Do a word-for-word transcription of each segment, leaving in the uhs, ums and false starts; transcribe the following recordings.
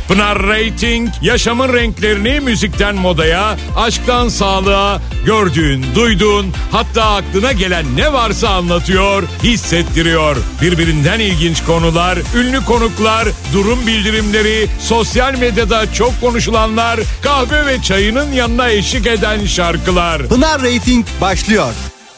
Pınar Rating, yaşamın renklerini müzikten modaya, aşktan sağlığa, gördüğün, duyduğun, hatta aklına gelen ne varsa anlatıyor, hissettiriyor. Birbirinden ilginç konular, ünlü konuklar, durum bildirimleri, sosyal medyada çok konuşulanlar, kahve ve çayının yanına eşlik eden şarkılar. Pınar Rating başlıyor.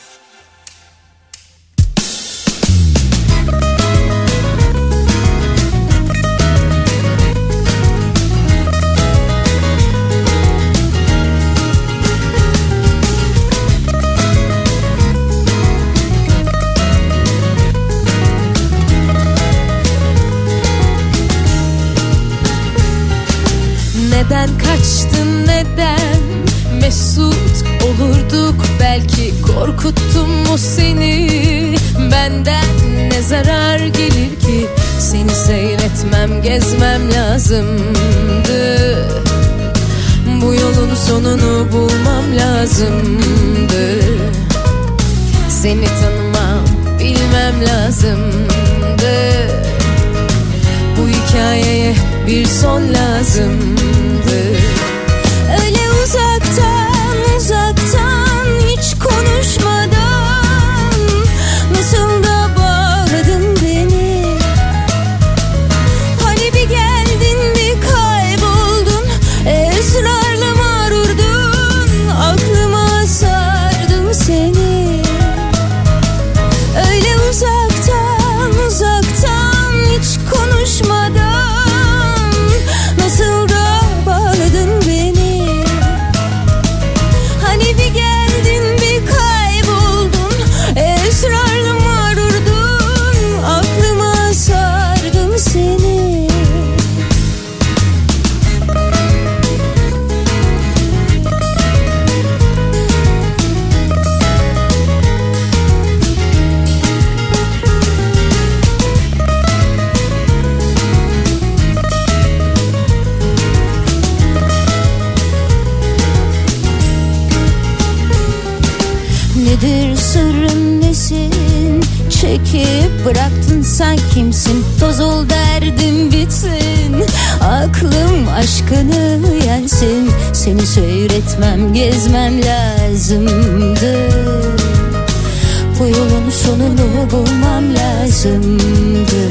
Neden kaçtın, neden mesut olurduk, belki korkuttum mu seni, benden ne zarar gelir ki, seni seyretmem gezmem lazımdı, bu yolun sonunu bulmam lazımdı, seni tanımam bilmem lazımdı, bu hikayeye bir son lazımdı. Öyle uzaktan uzaktan hiç konuşmadan nasıl da bağladın beni. Hani bir geldin bir kayboldun, esrarla mağrurdun, aklıma sardım seni. Öyle uzaktan uzaktan hiç konuşmadan nasıl da bağladın beni. Hani bir geldin bir kayboldun, esrarla mağrurdun, aklıma sardım seni. Nedir sırrın, nesin? Çekip bıraktın, sen kimsin? Toz ol derdim bitsin, aklım aşkını yensin, seni seyretmem gezmem lazımdı, bu yolun sonunu bulmam lazımdı,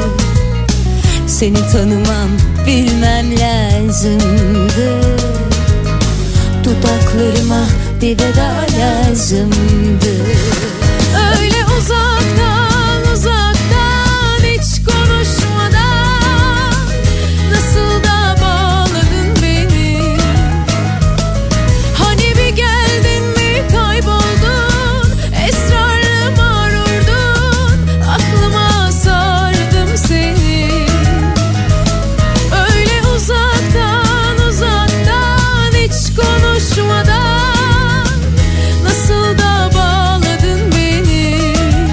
seni tanımam bilmem lazımdı, dudaklarıma bir veda lazımdı. Öyle uzaktan uzaktan hiç konuşmadan nasıl da bağladın beni. Hani bir geldin mi kayboldun, esrarla mağrurdun, aklıma sardım seni. Öyle uzaktan uzaktan hiç konuşmadan nasıl da bağladın beni.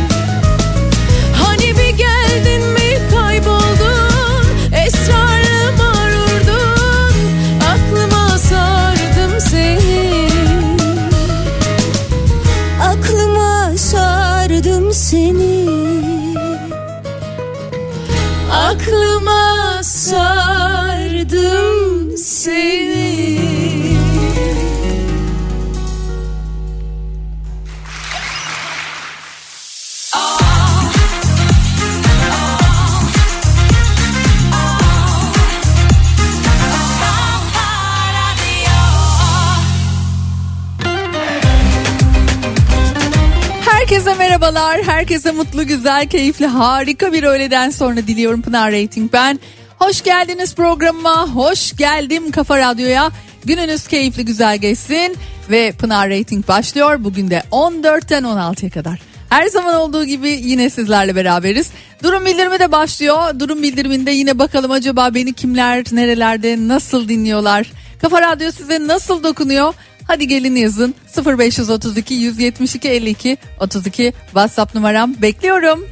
Hani bir geldin mi kayboldun, esrarla mağrurdun, aklıma sardım seni. Aklıma sardım seni. Aklıma sardım seni. Herkese merhabalar, herkese mutlu, güzel, keyifli, harika bir öğleden sonra diliyorum. Pınar Rating ben. Hoş geldiniz programıma, hoş geldim Kafa Radyo'ya. Gününüz keyifli, güzel geçsin ve Pınar Rating başlıyor. Bugün de on dörtten on altıya kadar. Her zaman olduğu gibi yine sizlerle beraberiz. Durum bildirimi de başlıyor. Durum bildiriminde yine bakalım acaba beni kimler, nerelerde, nasıl dinliyorlar? Kafa Radyo size nasıl dokunuyor? Hadi gelin yazın. sıfır beş otuz iki yüz yetmiş iki elli iki otuz iki WhatsApp numaram, bekliyorum.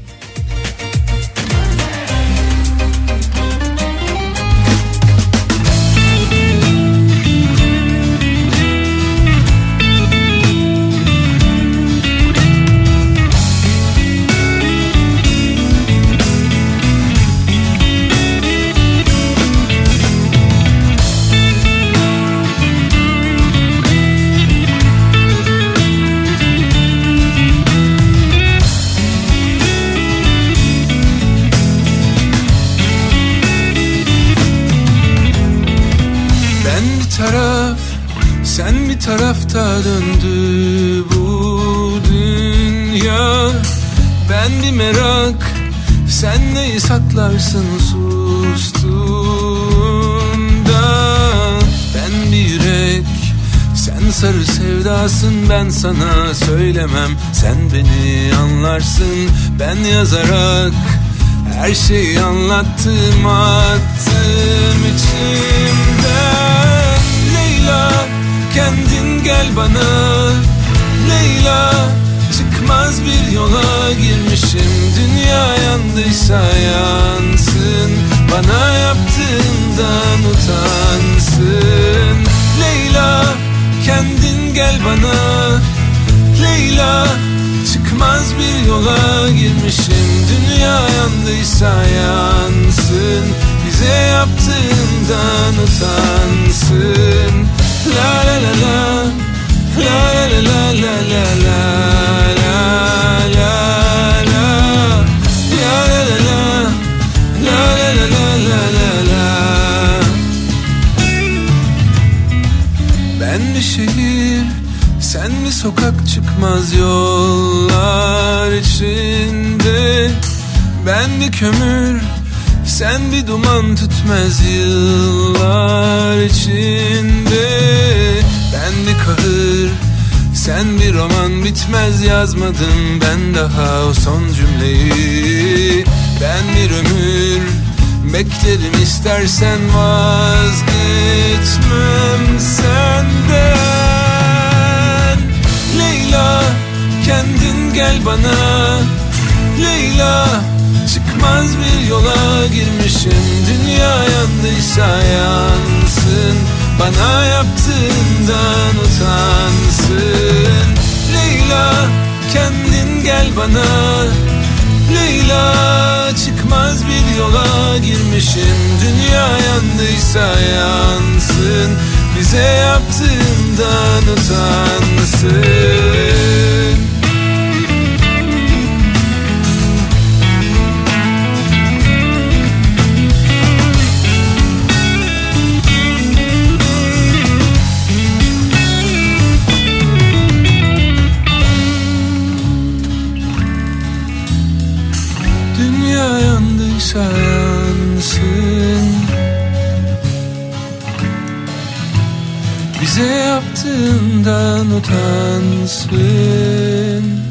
taraf, sen bir tarafta döndü bu dünya. Ben bir merak, sen neyi saklarsın sustuğunda. Ben bir yürek, sen sarı sevdasın. Ben sana söylemem, sen beni anlarsın. Ben yazarak her şeyi anlattım, attım içimden. Leyla, kendin gel bana. Leyla, çıkmaz bir yola girmişim. Dünya yandıysa yansın, bana yaptığından utansın. Leyla, kendin gel bana. Leyla, çıkmaz bir yola girmişim. Dünya yandıysa yansın, bize yaptığından utansın. La la la la, la la la la la la la la la la, la la la la, la la la la la la. Ben bir şehir, sen bir sokak, çıkmaz yollar içinde. Ben bir kömür, sen bir duman, tütmez yıllar içinde. Ben bir kahır, sen bir roman, bitmez yazmadım ben daha o son cümleyi. Ben bir ömür beklerim, istersen vazgeçmem senden. Leyla, kendin gel bana. Leyla, çıkmaz bir yola girmişim. Dünya yandıysa yansın, bana yaptığından utansın. Leyla, kendin gel bana. Leyla, çıkmaz bir yola girmişim. Dünya yandıysa yansın, bize yaptığından utansın. Yandıysa yansın, bize yaptığından utansın.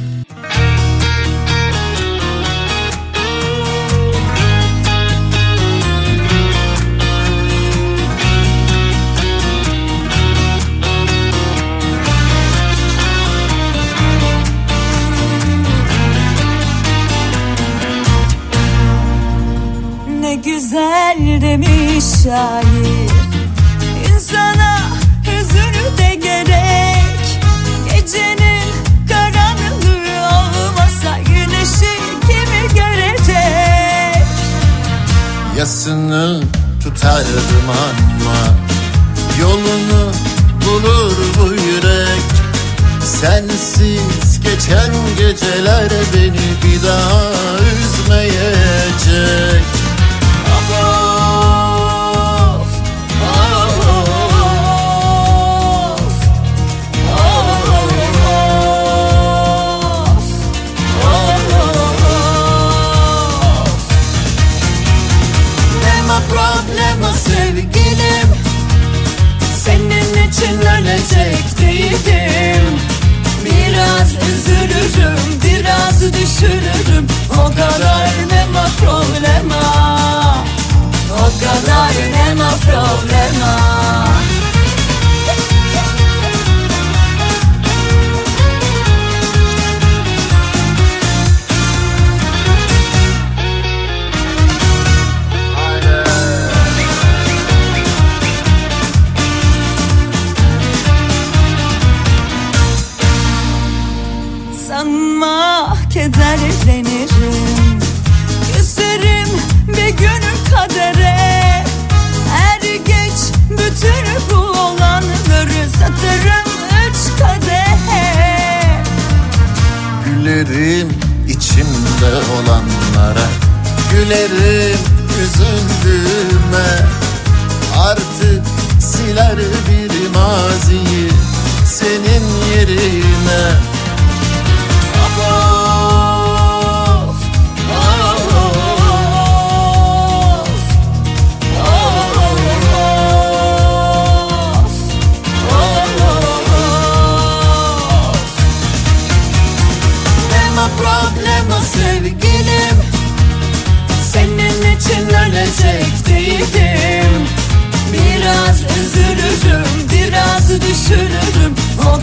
Güzel demiş şair, insana hüzünü de gerek. Gecenin karanlığı olmasa güneşi kimi görecek? Yasını tutardım ama yolunu bulur bu yürek. Sensiz geçen geceler beni bir daha üzmeyecek. Problema sevgilim, senin için ölecek değilim. Biraz üzülürüm, biraz düşünürüm. O kadar ne ma problema, o kadar ne ma problema. Sanma kederlenirim, küserim bir gün kadere. Er geç bütün bu olanları satarım üç kadehe. Gülerim içimde olanlara, gülerim üzüldüğüme. Artık siler bir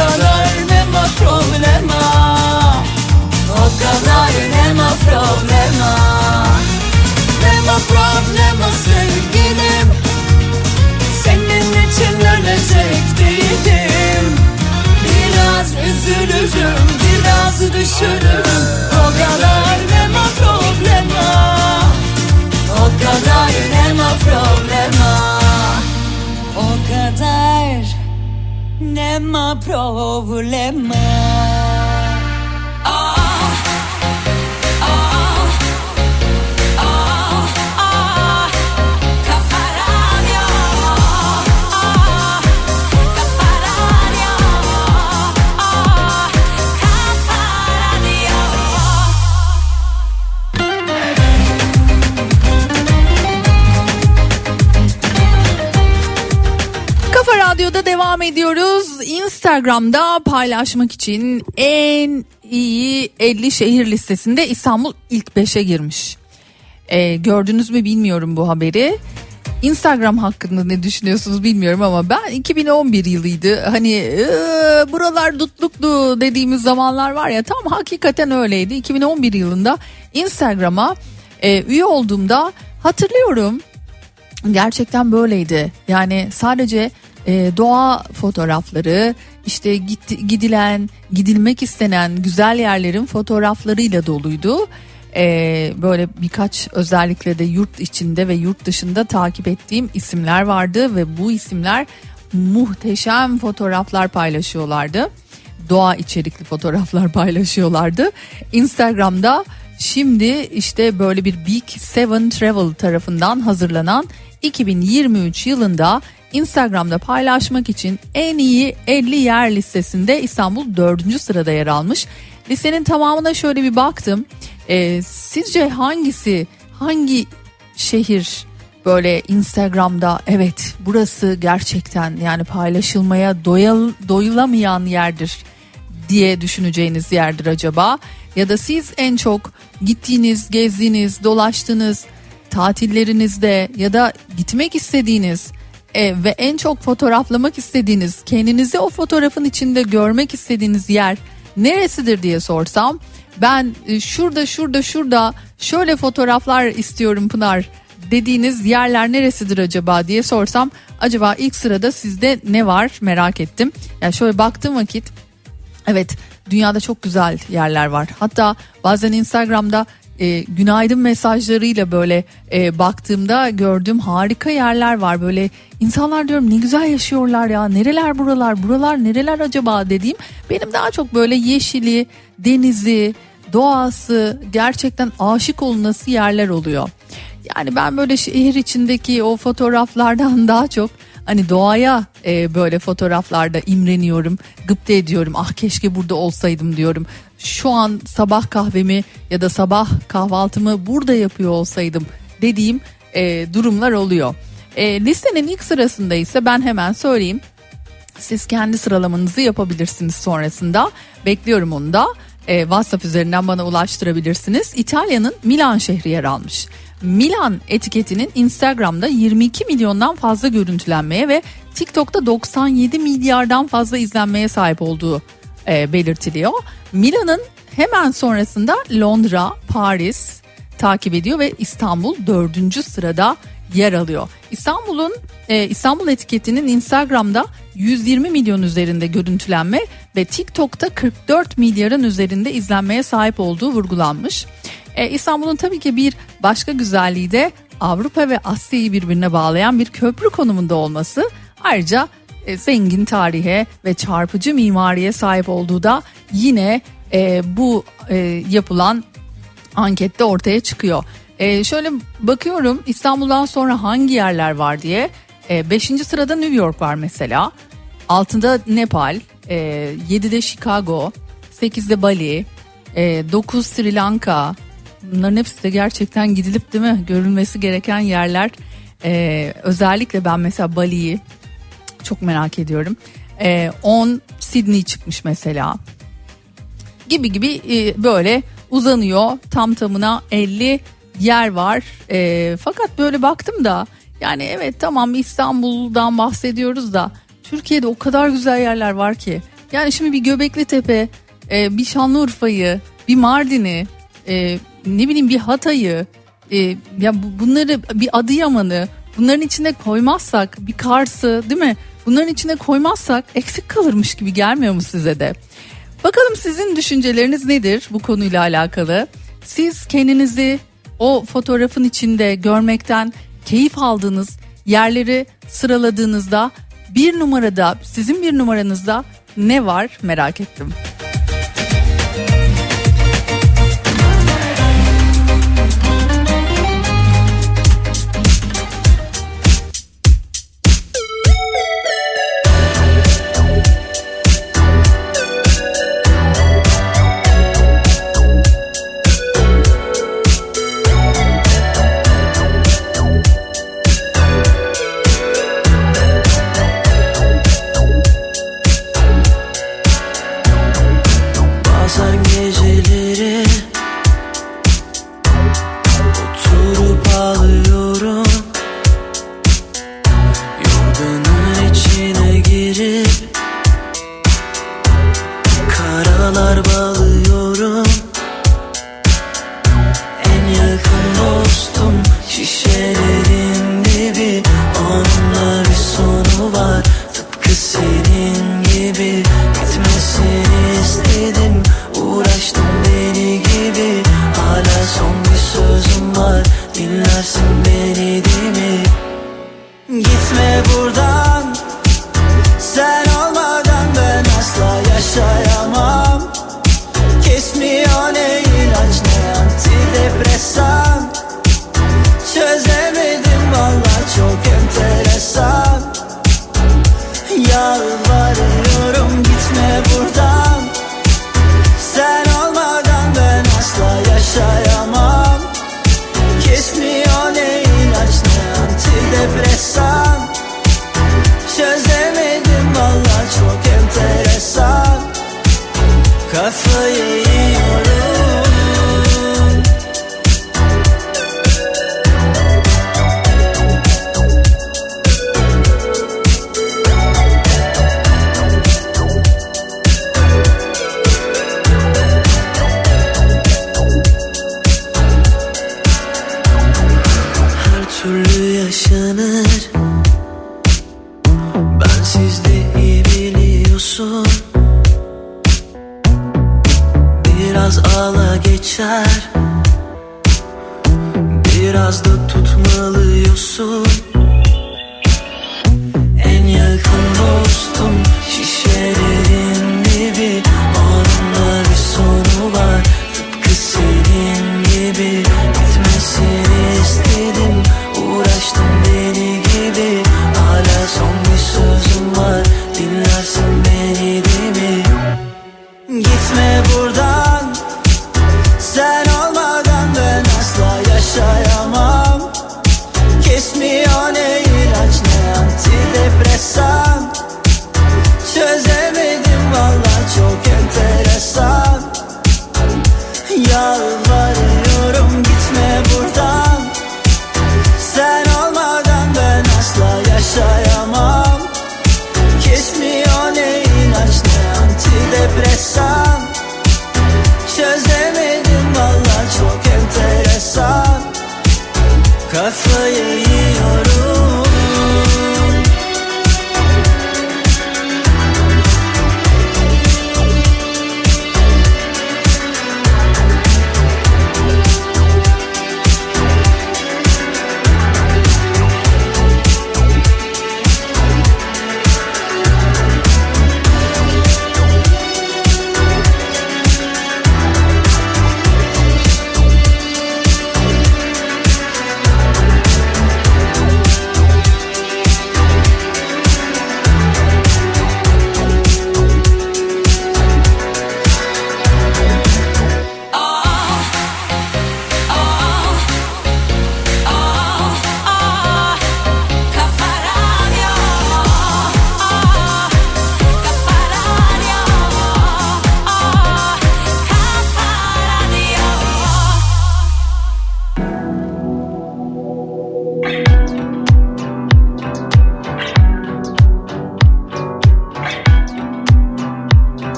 kadar nema problema, o kadar nema problema, nema problema sevgilim. Senin için ölecek değilim. Biraz üzülürüm, biraz düşürürüm, o kadar nema problema, o kadar nema problema, o kadar nema problema. Ah, ah, ah, ah, Kafa Radyo, ah, Kafa Radyo, ah, Kafa Radyo. Kafa Radyo'da devam ediyoruz. Instagram'da paylaşmak için en iyi elli şehir listesinde İstanbul ilk beşe girmiş. Ee, gördünüz mü bilmiyorum bu haberi. Instagram hakkında ne düşünüyorsunuz bilmiyorum ama ben iki bin on bir yılıydı. Hani ee, buralar dutluklu dediğimiz zamanlar var ya, tam hakikaten öyleydi. iki bin on bir yılında Instagram'a e, üye olduğumda hatırlıyorum. Gerçekten böyleydi. Yani sadece e, doğa fotoğrafları, işte gitti, gidilen, gidilmek istenen güzel yerlerin fotoğraflarıyla doluydu. E, böyle birkaç özellikle de yurt içinde ve yurt dışında takip ettiğim isimler vardı ve bu isimler muhteşem fotoğraflar paylaşıyorlardı. Doğa içerikli fotoğraflar paylaşıyorlardı. Instagram'da şimdi işte böyle bir Big Seven Travel tarafından hazırlanan iki bin yirmi üç yılında Instagram'da paylaşmak için en iyi elli yer listesinde İstanbul dördüncü sırada yer almış. Listenin tamamına şöyle bir baktım. Ee, sizce hangisi, hangi şehir böyle Instagram'da evet burası gerçekten yani paylaşılmaya doyal, doyulamayan yerdir diye düşüneceğiniz yerdir acaba? Ya da siz en çok gittiğiniz, gezdiğiniz, dolaştığınız tatillerinizde ya da gitmek istediğiniz e, ve en çok fotoğraflamak istediğiniz, kendinizi o fotoğrafın içinde görmek istediğiniz yer neresidir diye sorsam, ben e, şurada şurada şurada şöyle fotoğraflar istiyorum Pınar dediğiniz yerler neresidir acaba diye sorsam, acaba ilk sırada sizde ne var merak ettim. Yani şöyle baktığım vakit evet, dünyada çok güzel yerler var. Hatta bazen Instagram'da e, günaydın mesajlarıyla böyle e, baktığımda gördüğüm harika yerler var. Böyle insanlar diyorum ne güzel yaşıyorlar ya, nereler buralar, buralar nereler acaba dediğim, benim daha çok böyle yeşili, denizi, doğası, gerçekten aşık olunası yerler oluyor. Yani ben böyle şehir içindeki o fotoğraflardan daha çok hani doğaya e, böyle fotoğraflarda imreniyorum, gıpta ediyorum. Ah keşke burada olsaydım diyorum. Şu an sabah kahvemi ya da sabah kahvaltımı burada yapıyor olsaydım dediğim e, durumlar oluyor. E, listenin ilk sırasında ise ben hemen söyleyeyim. Siz kendi sıralamanızı yapabilirsiniz sonrasında. Bekliyorum onu da. E, WhatsApp üzerinden bana ulaştırabilirsiniz. İtalya'nın Milan şehri yer almış. Milan etiketinin Instagram'da yirmi iki milyondan fazla görüntülenmeye ve TikTok'ta doksan yedi milyardan fazla izlenmeye sahip olduğu e, belirtiliyor. Milan'ın hemen sonrasında Londra, Paris takip ediyor ve İstanbul dördüncü sırada yer alıyor. İstanbul'un e, İstanbul etiketinin Instagram'da yüz yirmi milyon üzerinde görüntülenme ve TikTok'ta kırk dört milyarın üzerinde izlenmeye sahip olduğu vurgulanmış. Ee, İstanbul'un tabii ki bir başka güzelliği de Avrupa ve Asya'yı birbirine bağlayan bir köprü konumunda olması. Ayrıca e, zengin tarihe ve çarpıcı mimariye sahip olduğu da yine e, bu e, yapılan ankette ortaya çıkıyor. E, şöyle bakıyorum İstanbul'dan sonra hangi yerler var diye. E, beşinci sırada New York var mesela. Altında Nepal, e, yedide Chicago, sekizde Bali, e, dokuz Sri Lanka. Bunların hepsi de gerçekten gidilip değil mi görülmesi gereken yerler. Ee, özellikle ben mesela Bali'yi çok merak ediyorum. Ee, on Sydney çıkmış mesela. Gibi gibi e, böyle uzanıyor, tam tamına elli yer var. E, fakat böyle baktım da yani evet tamam İstanbul'dan bahsediyoruz da Türkiye'de o kadar güzel yerler var ki. Yani şimdi bir Göbeklitepe, e, bir Şanlıurfa'yı, bir Mardin'i, e, ne bileyim bir Hatay'ı, e, ya bu, bunları bir Adıyaman'ı bunların içine koymazsak, bir Kars'ı değil mi? Bunların içine koymazsak eksik kalırmış gibi gelmiyor mu size de? Bakalım sizin düşünceleriniz nedir bu konuyla alakalı? Siz kendinizi o fotoğrafın içinde görmekten keyif aldığınız yerleri sıraladığınızda bir numarada, sizin bir numaranızda ne var merak ettim.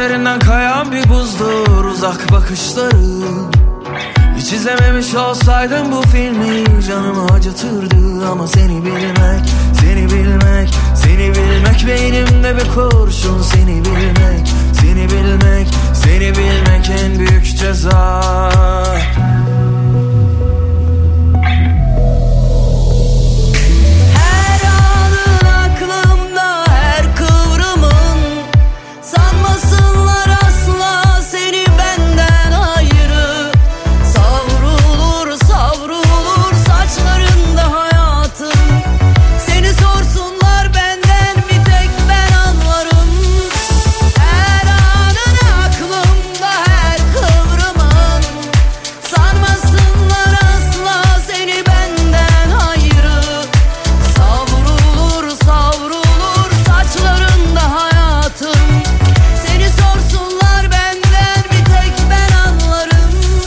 üzerinden kayan bir buzdur uzak bakışların. Hiç izlememiş olsaydım bu filmi canımı acıtırdı. Ama seni bilmek, seni bilmek, seni bilmek beynimde bir kurşun. Seni bilmek, seni bilmek, seni bilmek en büyük ceza. Her anın aklımda, her kıvrımın. Sanmasınlar asla seni benden ayrı. Savrulur savrulur saçlarında hayatım. Seni sorsunlar benden bir tek ben anlarım. Her anın aklımda, her kıvrımın. Sanmasınlar asla seni benden ayrı. Savrulur savrulur saçlarında hayatım. Seni sorsunlar benden bir tek ben anlarım.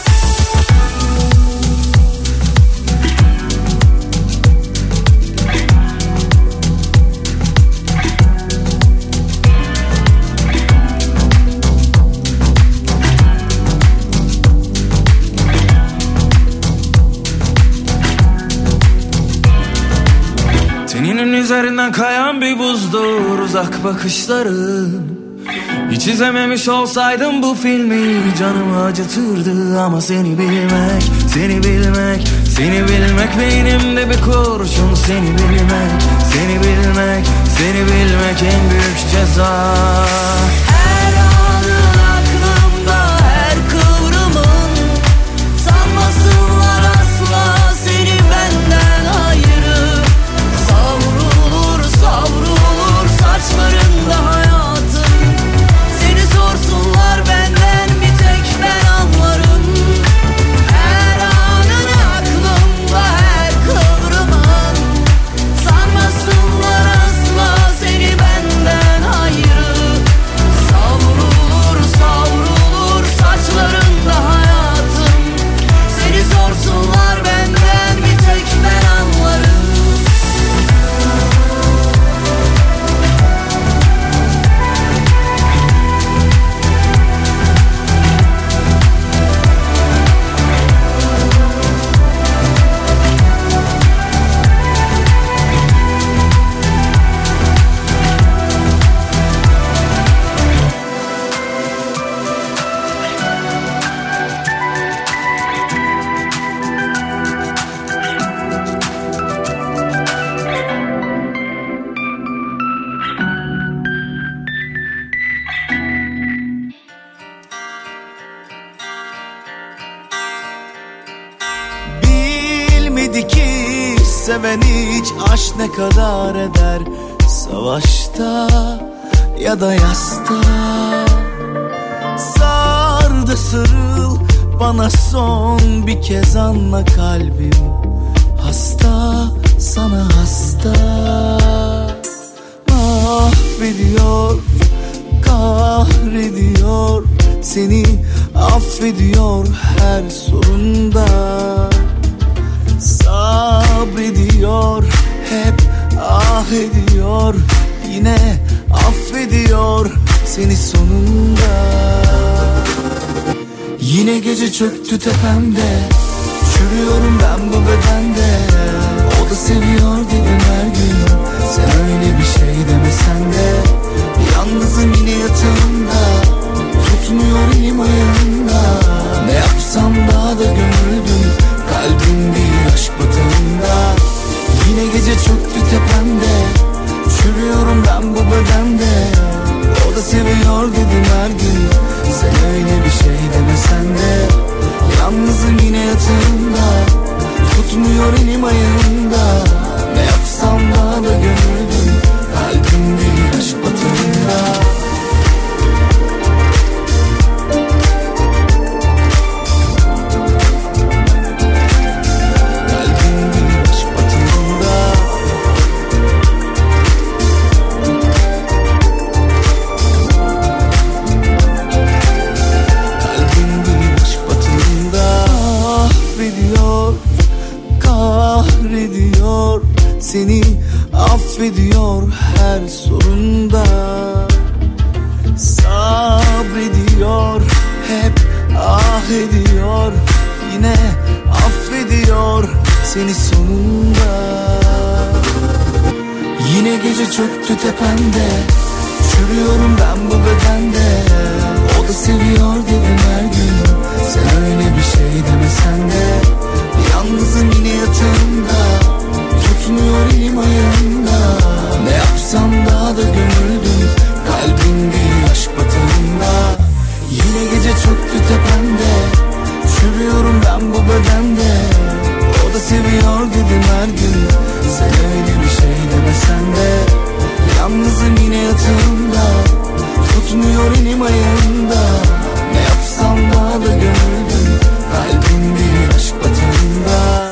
Teninin üzerinden kayan bir buzdur uzak bakışların. Hiç izlememiş olsaydım bu filmi canımı acıtırdı. Ama seni bilmek, seni bilmek, seni bilmek beynimde bir kurşun. Seni bilmek, seni bilmek, seni bilmek en büyük ceza. Her anın aklımda, her kıvrımın. Sanmasınlar asla seni benden ayrı. Savrulur savrulur saçlarında hayatım. Seni sorsunlar benden bir tek ben anlarım. Her anın aklımda, her kıvrımın. Sanmasınlar asla seni benden ayrı. Savrulur savrulur saçlarında hayatım. Seni sorsunlar benden bir tek ben anlarım. Bilmedi ki seven hiç aşk ne kadar eder. Savaşta ya da yasta. Sar da sarıl bana son bir kez anla kalbim. Hasta sana hasta. Mahvediyor, kahrediyor. Seni affediyor her sorunda. Sabrediyor, hep ah ediyor. Yine affediyor seni sonunda. Yine gece çöktü tepemde. Çürüyorum ben bu bedende. O da seviyor dedim her gün. Sen öyle bir şey demesen de. Yalnızım yine yatağımda. Tutmuyor elim ayağımda. Ne yapsam daha da gömüldüm. Kalbim bir aşk batağında. Yine gece çöktü tepemde. Çürüyorum ben bu bedende. O da seviyor dedim her gün. Sen öyle bir şey demesen de. Yalnızım yine yatağımda. Tutmuyor elim ayağımda. Ne yapsam daha da gömüldüm. Kalbim bir aşk batağında. Seni affediyor her sorunda. sabrediyor, hep ah ediyor, yine affediyor seni sonunda. Yine gece çöktü tepemde, çürüyorum ben bu bedende. O da seviyor dedim her gün, sen öyle bir şey demesen de. Yalnızım yine yatağımda, tutmuyor elim ayağımda. Ne yapsam daha da gömüldüm, kalbim bir aşk batağında. Yine gece çöktü tepemde, çürüyorum ben bu bedende. O da seviyor dedim her gün, sen öyle bir şey demesen de. Yalnızım yine yatağımda, tutmuyor elim ayağımda. Ne yapsam daha da gömüldüm, kalbim bir aşk batağında.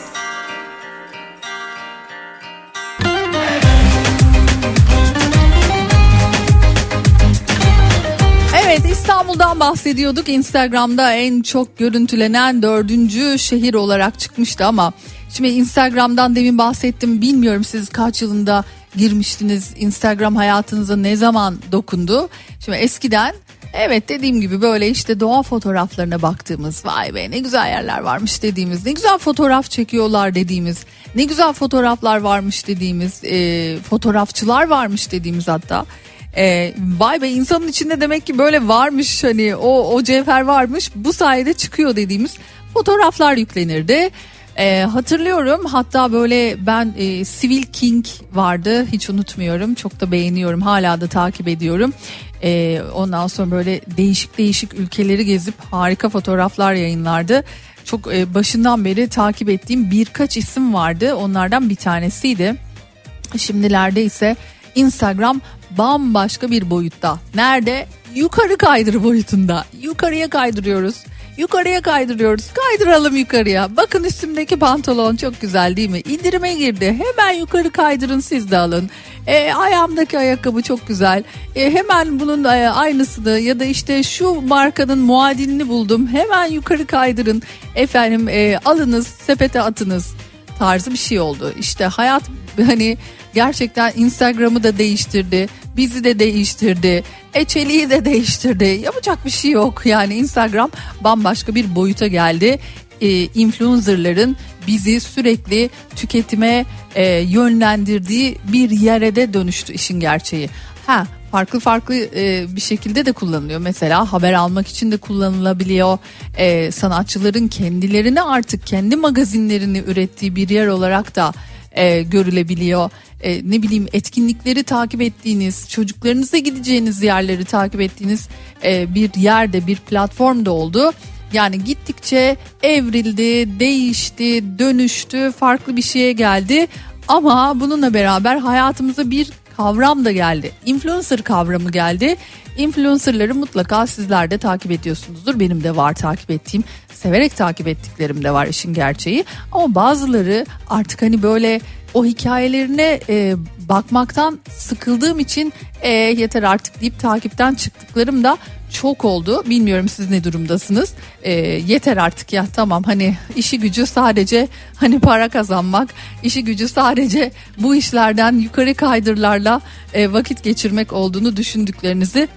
Evet, İstanbul'dan bahsediyorduk. Instagram'da en çok görüntülenen dördüncü şehir olarak çıkmıştı ama şimdi Instagram'dan demin bahsettim. Bilmiyorum siz kaç yılında girmiştiniz, Instagram hayatınıza ne zaman dokundu? Şimdi eskiden evet dediğim gibi böyle işte doğa fotoğraflarına baktığımız, vay be ne güzel yerler varmış dediğimiz, ne güzel fotoğraf çekiyorlar dediğimiz, ne güzel fotoğraflar varmış dediğimiz, e, fotoğrafçılar varmış dediğimiz hatta. Ee, vay be insanın içinde demek ki böyle varmış, hani o o cevher varmış, bu sayede çıkıyor dediğimiz fotoğraflar yüklenirdi. Ee, hatırlıyorum hatta böyle ben e, Civil King vardı, hiç unutmuyorum, çok da beğeniyorum, hala da takip ediyorum. Ee, ondan sonra böyle değişik değişik ülkeleri gezip harika fotoğraflar yayınlardı. Çok e, başından beri takip ettiğim birkaç isim vardı, onlardan bir tanesiydi. Şimdilerde ise Instagram bambaşka bir boyutta. Nerede? Yukarı kaydır boyutunda. Yukarıya kaydırıyoruz. Yukarıya kaydırıyoruz. Kaydıralım yukarıya. Bakın üstümdeki pantolon çok güzel değil mi? İndirime girdi. Hemen yukarı kaydırın, siz de alın. E, ayağımdaki ayakkabı çok güzel. E, hemen bunun e, aynısını ya da işte şu markanın muadilini buldum. Hemen yukarı kaydırın. Efendim e, alınız, sepete atınız tarzı bir şey oldu. İşte hayat hani gerçekten Instagram'ı da değiştirdi, bizi de değiştirdi, eçeliği de değiştirdi. Yapacak bir şey yok. Yani Instagram bambaşka bir boyuta geldi. Ee, influencerların bizi sürekli tüketime e, yönlendirdiği bir yere de dönüştü işin gerçeği. Ha, farklı farklı e, bir şekilde de kullanılıyor. Mesela haber almak için de kullanılabiliyor. E, sanatçıların kendilerine artık kendi magazinlerini ürettiği bir yer olarak da e, görülebiliyor. E, ne bileyim etkinlikleri takip ettiğiniz, çocuklarınıza gideceğiniz yerleri takip ettiğiniz e, bir yerde, bir platformda oldu. Yani gittikçe evrildi, değişti, dönüştü, farklı bir şeye geldi. Ama bununla beraber hayatımıza bir kavram da geldi. Influencer kavramı geldi. Influencerları mutlaka sizler de takip ediyorsunuzdur. Benim de var takip ettiğim, severek takip ettiklerim de var işin gerçeği. Ama bazıları artık hani böyle o hikayelerine e, bakmaktan sıkıldığım için e, yeter artık deyip takipten çıktıklarım da çok oldu. Bilmiyorum siz ne durumdasınız? E, yeter artık ya, tamam, hani işi gücü sadece hani para kazanmak, işi gücü sadece bu işlerden yukarı kaydırlarla e, vakit geçirmek olduğunu düşündüklerinizi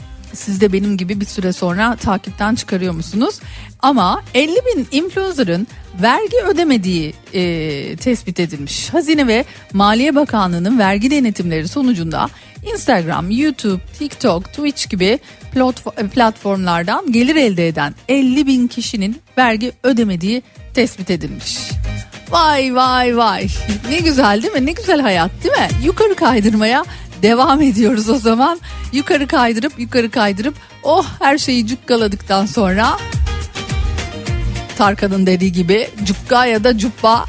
siz de benim gibi bir süre sonra takipten çıkarıyor musunuz? Ama elli bin influencer'ın vergi ödemediği e, tespit edilmiş. Hazine ve Maliye Bakanlığı'nın vergi denetimleri sonucunda Instagram, YouTube, TikTok, Twitch gibi platformlardan gelir elde eden elli bin kişinin vergi ödemediği tespit edilmiş. Vay vay vay, ne güzel değil mi? Ne güzel hayat değil mi? Yukarı kaydırmaya devam ediyoruz o zaman. Yukarı kaydırıp yukarı kaydırıp oh her şeyi cukkaladıktan sonra Tarkan'ın dediği gibi cukka ya da cuppa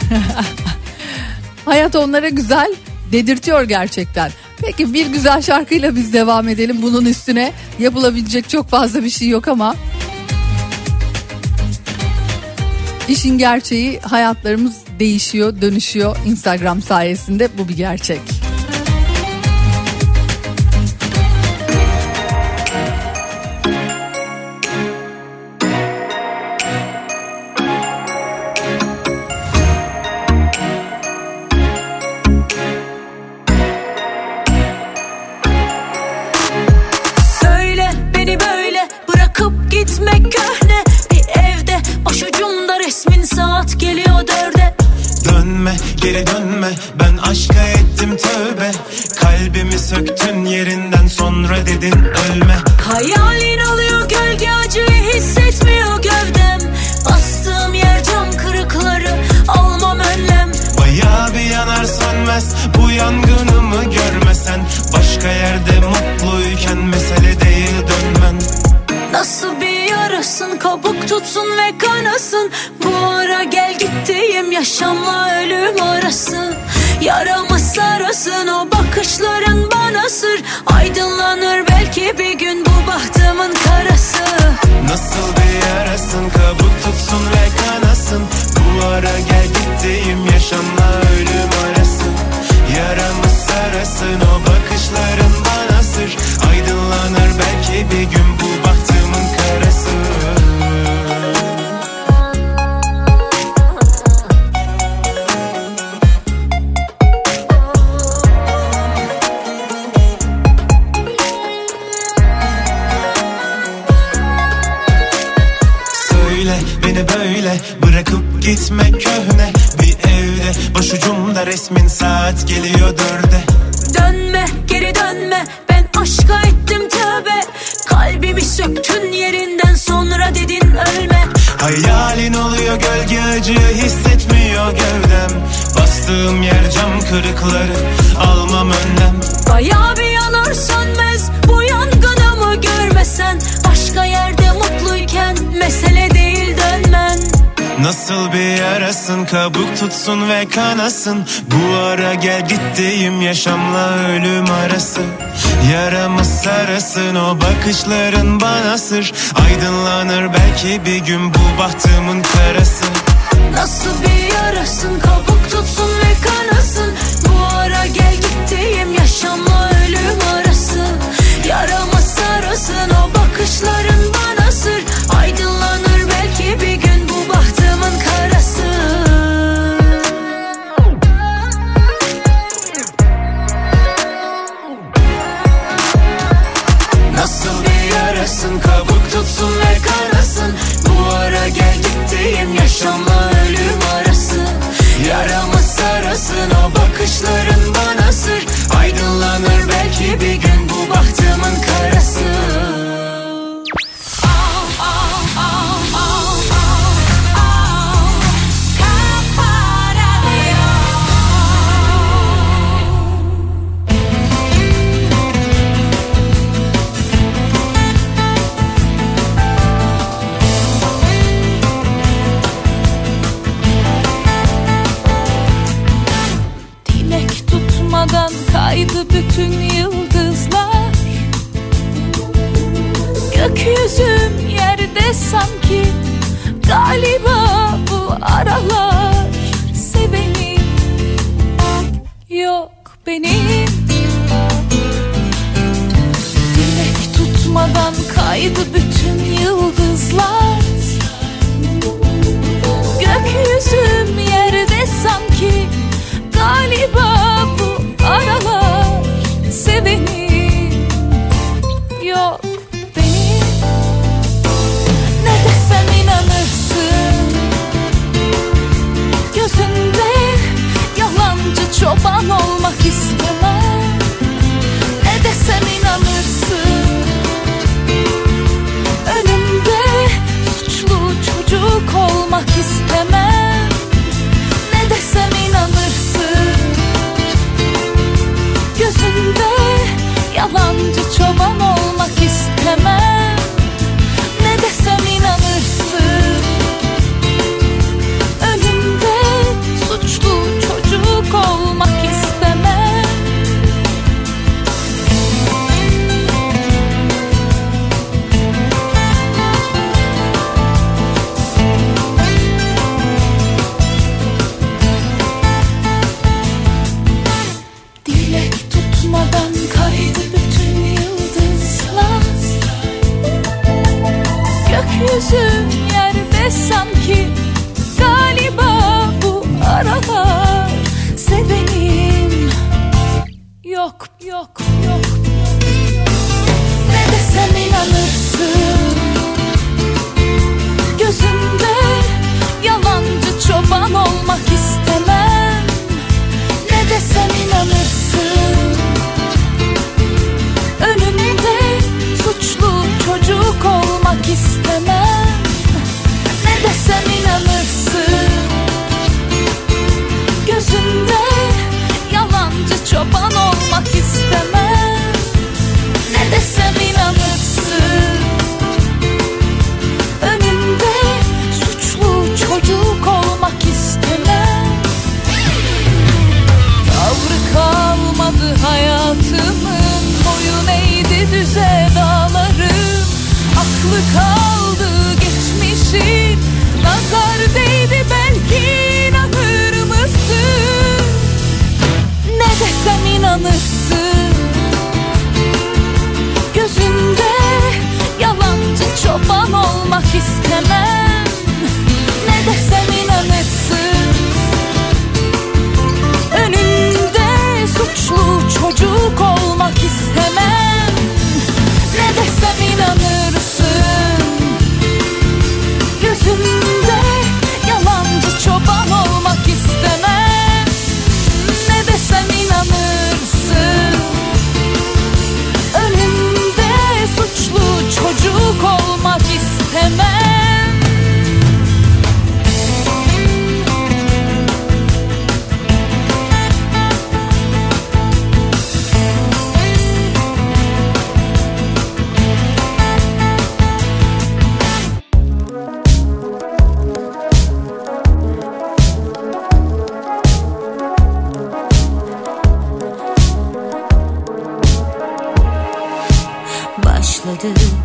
hayat onlara güzel dedirtiyor gerçekten. Peki bir güzel şarkıyla biz devam edelim. Bunun üstüne yapılabilecek çok fazla bir şey yok ama işin gerçeği, hayatlarımız değişiyor, dönüşüyor Instagram sayesinde, bu bir gerçek. geri dönme. Ben aşka ettim tövbe. Kalbimi söktün yerinden, sonra dedin ölme. Hayalin oluyor gölge, acıyı hissetmiyor gövdem. Bastığım yer cam kırıkları, almam önlem. Bayağı bir yanar sönmez bu yangınımı görmesen. Başka yerde mutluyken mesele değil dönmen. Nasıl bir yarasın, kabuk tutsun ve kanasın. Bu ara gel gittiğim yaşamla ölüm arası. Yaramı sarasın, o bakışların bana sır. Aydınlanır belki bir gün bu bahtımın karası. Nasıl bir yarasın, kabuk tutsun ve kanasın. Bu ara gel gittiğim yaşamla ölüm arası. Yaramı sarasın, o bakışların bana sır. Aydınlanır belki bir gün bu bahtımın karası. Söyle beni böyle bırakıp gitme köhne. Bir evde başucumda resmin, saat geliyor dörde. Dönme geri dönme, ben aşka ettim tövbe. Kalbimi söktün yerinden, sonra dedin ölme. Hayalin oluyor gölge, acıyı hissetmiyor gövdem. Bastığım yer cam kırıkları, almam önlem. Bayağı bir yanar sönmez bu yangınımı görmesen. Başka yerde mutluyken mesele değil dönmen. Nasıl bir yarasın, kabuk tutsun ve kanasın. Bu ara gel gittiğim yaşamla ölüm arası. Yaramı sarasın, o bakışların bana sır. Aydınlanır belki bir gün bu bahtımın karası. Nasıl bir yarasın, kabuk tutsun ve kanasın. Bu ara gel gittiğim yaşamla ölüm arası. Yaramı sarasın, o bakışların bana sır. Aydınlanır belki bir gün bu bahtımın karası. Nasıl bir yarasın, kabuk tutsun ve kanasın. Bu ara gel gittiğim yaşamla ölüm arası. Yaramı sarasın, o bakışların bana sır. Aydınlanır belki bir gün bu bahtımın karası. Dilek tutmadan kaydı bütün yıldızlar. Gökyüzüm yerde sanki, galiba bu aralar sevenim yok benim. Dilek tutmadan kaydı bütün yıldızlar. Gökyüzüm yerde sanki, galiba bu aralar sevenim yok benim. Ne desem inanırsın,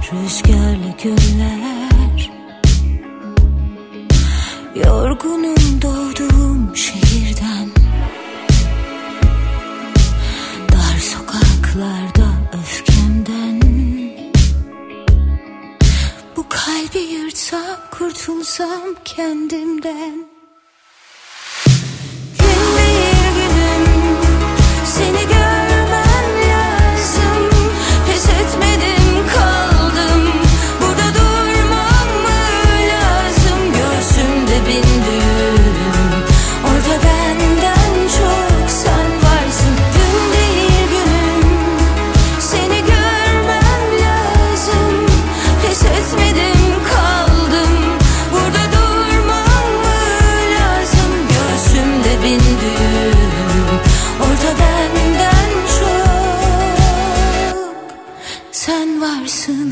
rüzgarlı günler. Yorgunum doğduğum şehirden, dar sokaklarda öfkemden. Bu kalbi yırtsam, kurtulsam kendimden. Gün değil günüm, seni görmem lazım. Pes etmedim, kaldım. Burada durmam mı lazım? Göğsümde bin düğüm, orada benden çok sen varsın. Gün değil günüm, seni görmem lazım. Pes etmedim, kaldım. Burada durmam mı lazım? Göğsümde bin düğüm, orada benden çok sen varsın.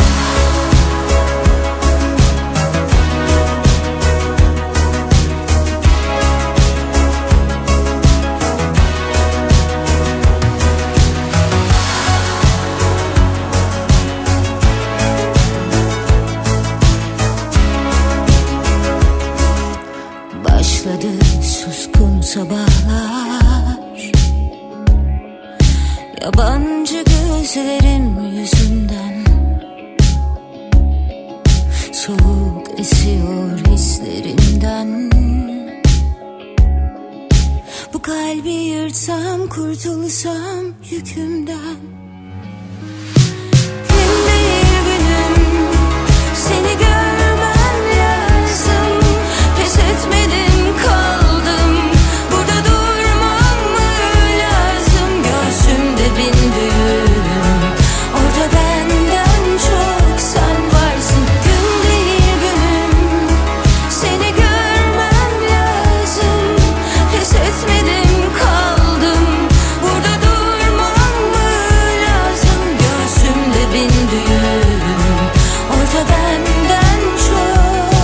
Başladı suskun sabahlar, yabancı gözlerin yüzünden. Soğuk esiyor hislerimden. Bu kalbi yırtsam, kurtulsam yükümden. Gün değil günüm, seni görmem lazım. Pes etmedim, kaldım. Burada durmam mı lazım? Göğsümde bin düğüm, orada benden çok sen varsın. Gün değil günüm, seni görmem lazım. Pes etmedim, kaldım. Burada durmam mı lazım? Göğsümde bin düğüm, orada benden çok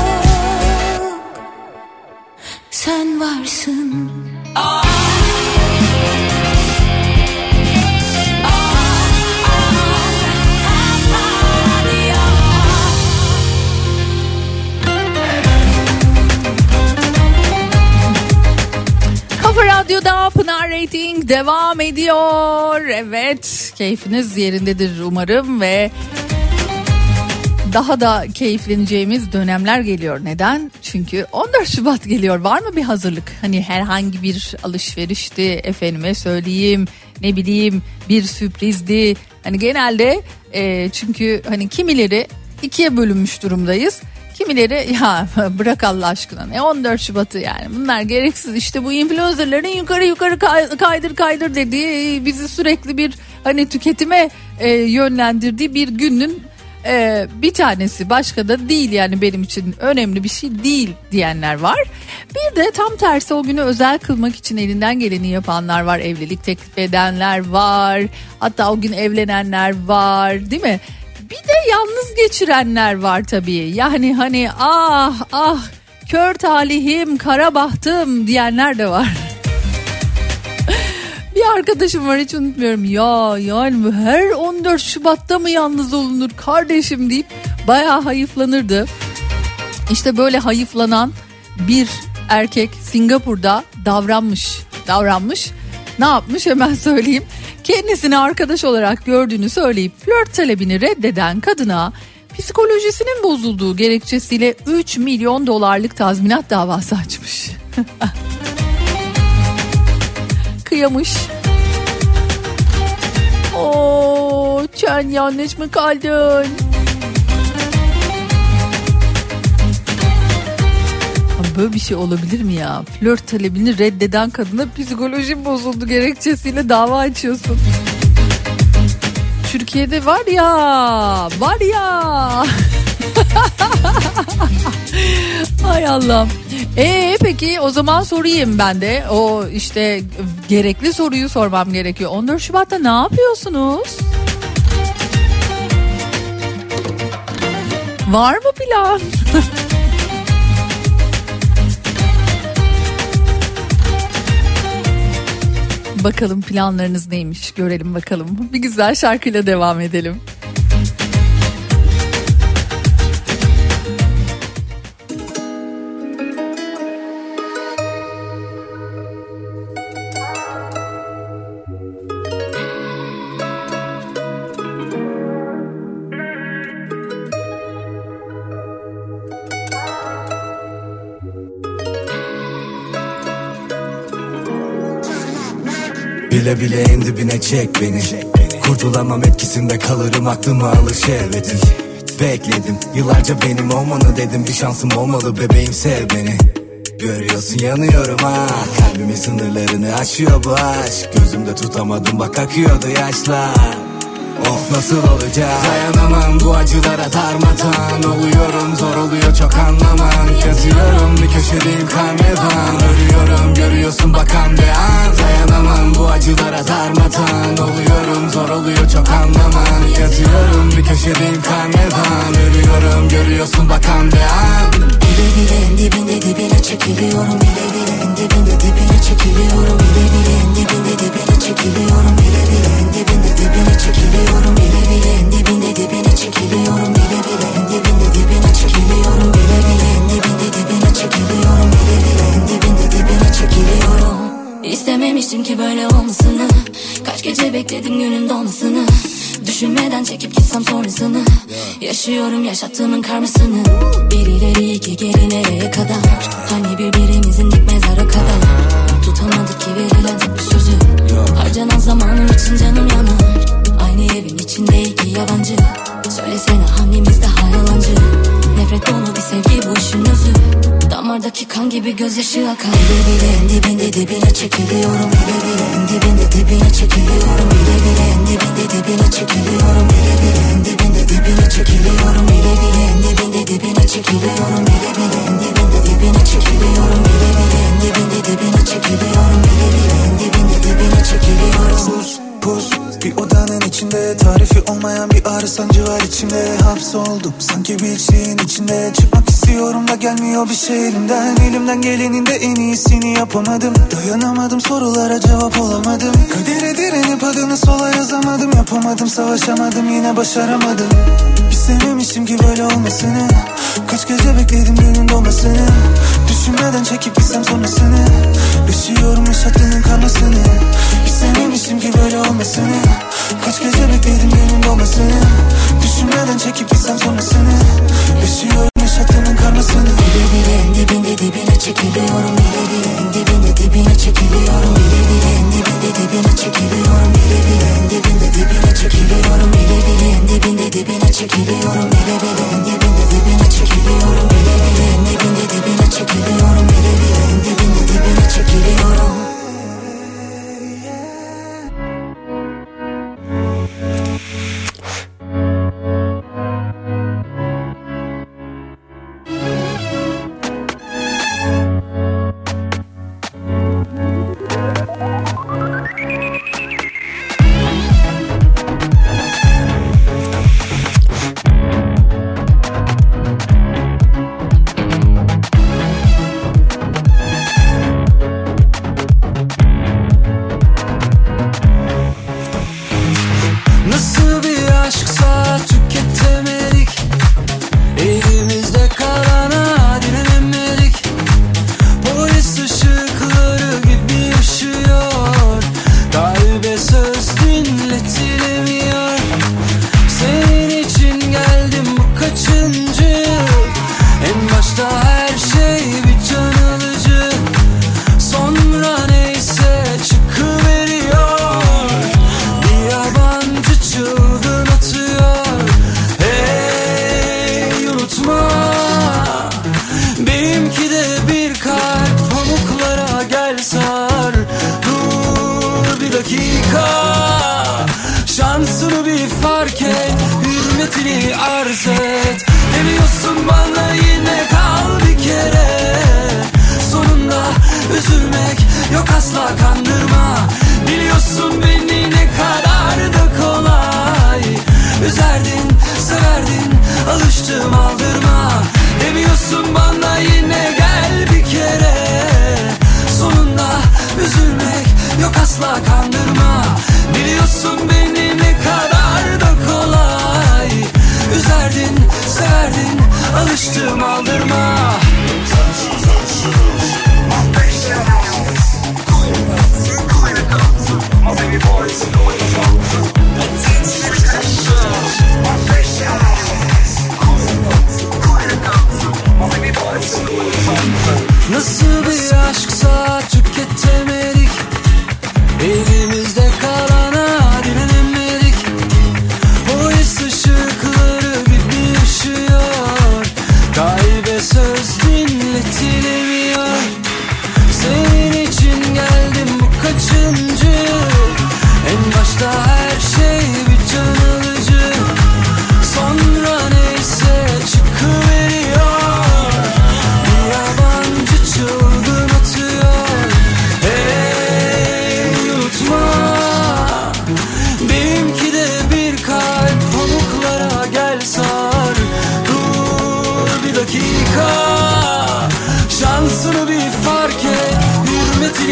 sen varsın. Kafa Radyo'da Pınar Rating devam ediyor. Evet, keyfiniz yerindedir umarım ve daha da keyifleneceğimiz dönemler geliyor. Neden? Çünkü on dört Şubat geliyor. Var mı bir hazırlık? Hani herhangi bir alışverişti, efendime söyleyeyim, ne bileyim bir sürprizdi. Hani genelde e, çünkü hani kimileri ikiye bölünmüş durumdayız. Kimileri ya bırak Allah aşkına ne on dört Şubat'ı yani bunlar gereksiz, işte bu influencerların yukarı yukarı kaydır kaydır dediği, bizi sürekli bir hani tüketime e, yönlendirdiği bir günün e, bir tanesi, başka da değil yani benim için önemli bir şey değil diyenler var. Bir de tam tersi o günü özel kılmak için elinden geleni yapanlar var, evlilik teklif edenler var, hatta o gün evlenenler var, değil mi? Bir de yalnız geçirenler var tabii. Yani hani ah ah kör talihim, kara bahtım diyenler de var. Bir arkadaşım var, hiç unutmuyorum. Ya yani her on dört Şubat'ta mı yalnız olunur kardeşim deyip bayağı hayıflanırdı. İşte böyle hayıflanan bir erkek Singapur'da davranmış. Davranmış. Ne yapmış hemen söyleyeyim. Kendisini arkadaş olarak gördüğünü söyleyip flört talebini reddeden kadına psikolojisinin bozulduğu gerekçesiyle üç milyon dolarlık tazminat davası açmış. Kıyamış. Oo, sen yanlış mı kaldın? Böyle bir şey olabilir mi ya? Flört talebini reddeden kadına psikolojim bozuldu gerekçesiyle dava açıyorsun. Türkiye'de var ya, var ya. Hay Allah'ım. Ee peki o zaman sorayım ben de. O işte gerekli soruyu sormam gerekiyor. on dört Şubat'ta ne yapıyorsunuz? Var mı plan? Bakalım planlarınız neymiş, görelim bakalım. Bir güzel şarkıyla devam edelim. Bile bile en dibine çek beni. Kurtulamam etkisinde kalırım, aklımı alır şehvetin. Bekledim yıllarca benim olmanı, dedim bir şansım olmalı bebeğim, sev beni. Görüyorsun yanıyorum ha, kalbimin sınırlarını aşıyor bu aşk. Gözümde tutamadım bak akıyordu yaşlar. Of nasıl olacak, dayanamam bu acılara, darmadağın oluyorum, zor oluyor çok anlaman. Yazıyorum bir köşedeyim karnevan, ölüyorum görüyorsun bakan bir an. Dayanamam bu acılara, darmadağın oluyorum, zor oluyor çok anlaman. Yazıyorum bir köşedeyim karnevan, ölüyorum görüyorsun bakan bir an. Bile bile en dibinde dibine çekiliyorum, bile bile en dibinde dibine çekiliyorum, bile bile en dibinde dibine çekiliyorum, bile bile en dibinde dibine çekiliyorum, bile bile en dibinde dibine çekiliyorum, bile bile en dibinde dibine çekiliyorum, bile bile en dibinde dibine çekiliyorum, bile bile en dibinde dibine çekiliyorum. İstememiştim ki böyle olmasını, kaç gece bekledim günün dolmasını. Düşünmeden çekip gitsem sonrasını, yaşıyorum yaşattığımın karmasını. Bir ileri iki geri nereye kadar, hani birbirimizin dik mezara kadar. Tutamadık ki verilen tek bir sözü, harcanan zamanım için canım yanar. Aynı evin içinde iki yabancı, söylesene hangimiz daha yalancı. Nefret dolu bir sevgi bu işin özü, damardaki kan gibi gözyaşı akar. Bile bile en dibinde dibine çekiliyorum, bile bile en dibinde dibine çekiliyorum, bile bile en dibinde dibine çekiliyorum, bile bile en dibinde dibine çekiliyorum, bile bile en dibinde dibine çekiliyorum, bile bile en dibinde dibine çekiliyorum, bile bile en dibinde dibine çekiliyorum, bile bile en dibinde dibine çekiliyorum. Sus pus bir odanın içinde, tarifi olmayan bir ağrı sancı var içimde. Hapsoldum sanki bir şeyin içinde, çıkmak istiyorum da gelmiyor bir şey elimden. Elimden gelenin de en iyisini yapamadım, dayanamadım sorulara cevap olamadım. Kadere direnip adını sola yazamadım, yapamadım savaşamadım yine başaramadım. İstememiştim ki böyle olmasını, kaç gece bekledim günün doğmasını. Düşünmeden çekip gitsem sonrasını, yaşıyorum yaşattığının karmasını. İstememiştim ki böyle olmasını, kaç gece bekledim günün doğmasını. Düşünmeden çekip gitsem sonrasını, yaşıyorum yaşattığının karmasını. Bile bile en dibinde dibine çekiliyorum, bile bile en dibinde dibine çekiliyorum, bile bile en dibinde dibine çekiliyorum, bile bile en dibinde dibine çekiliyorum, bile bile en dibinde dibine çekiliyorum, bile bile en dibinde dibine çekiliyorum, bile bile en dibinde dibine çekiliyorum, bile bile en dibinde dibine çekiliyorum. Nasıl bir aşksa tüketemedik, elimiz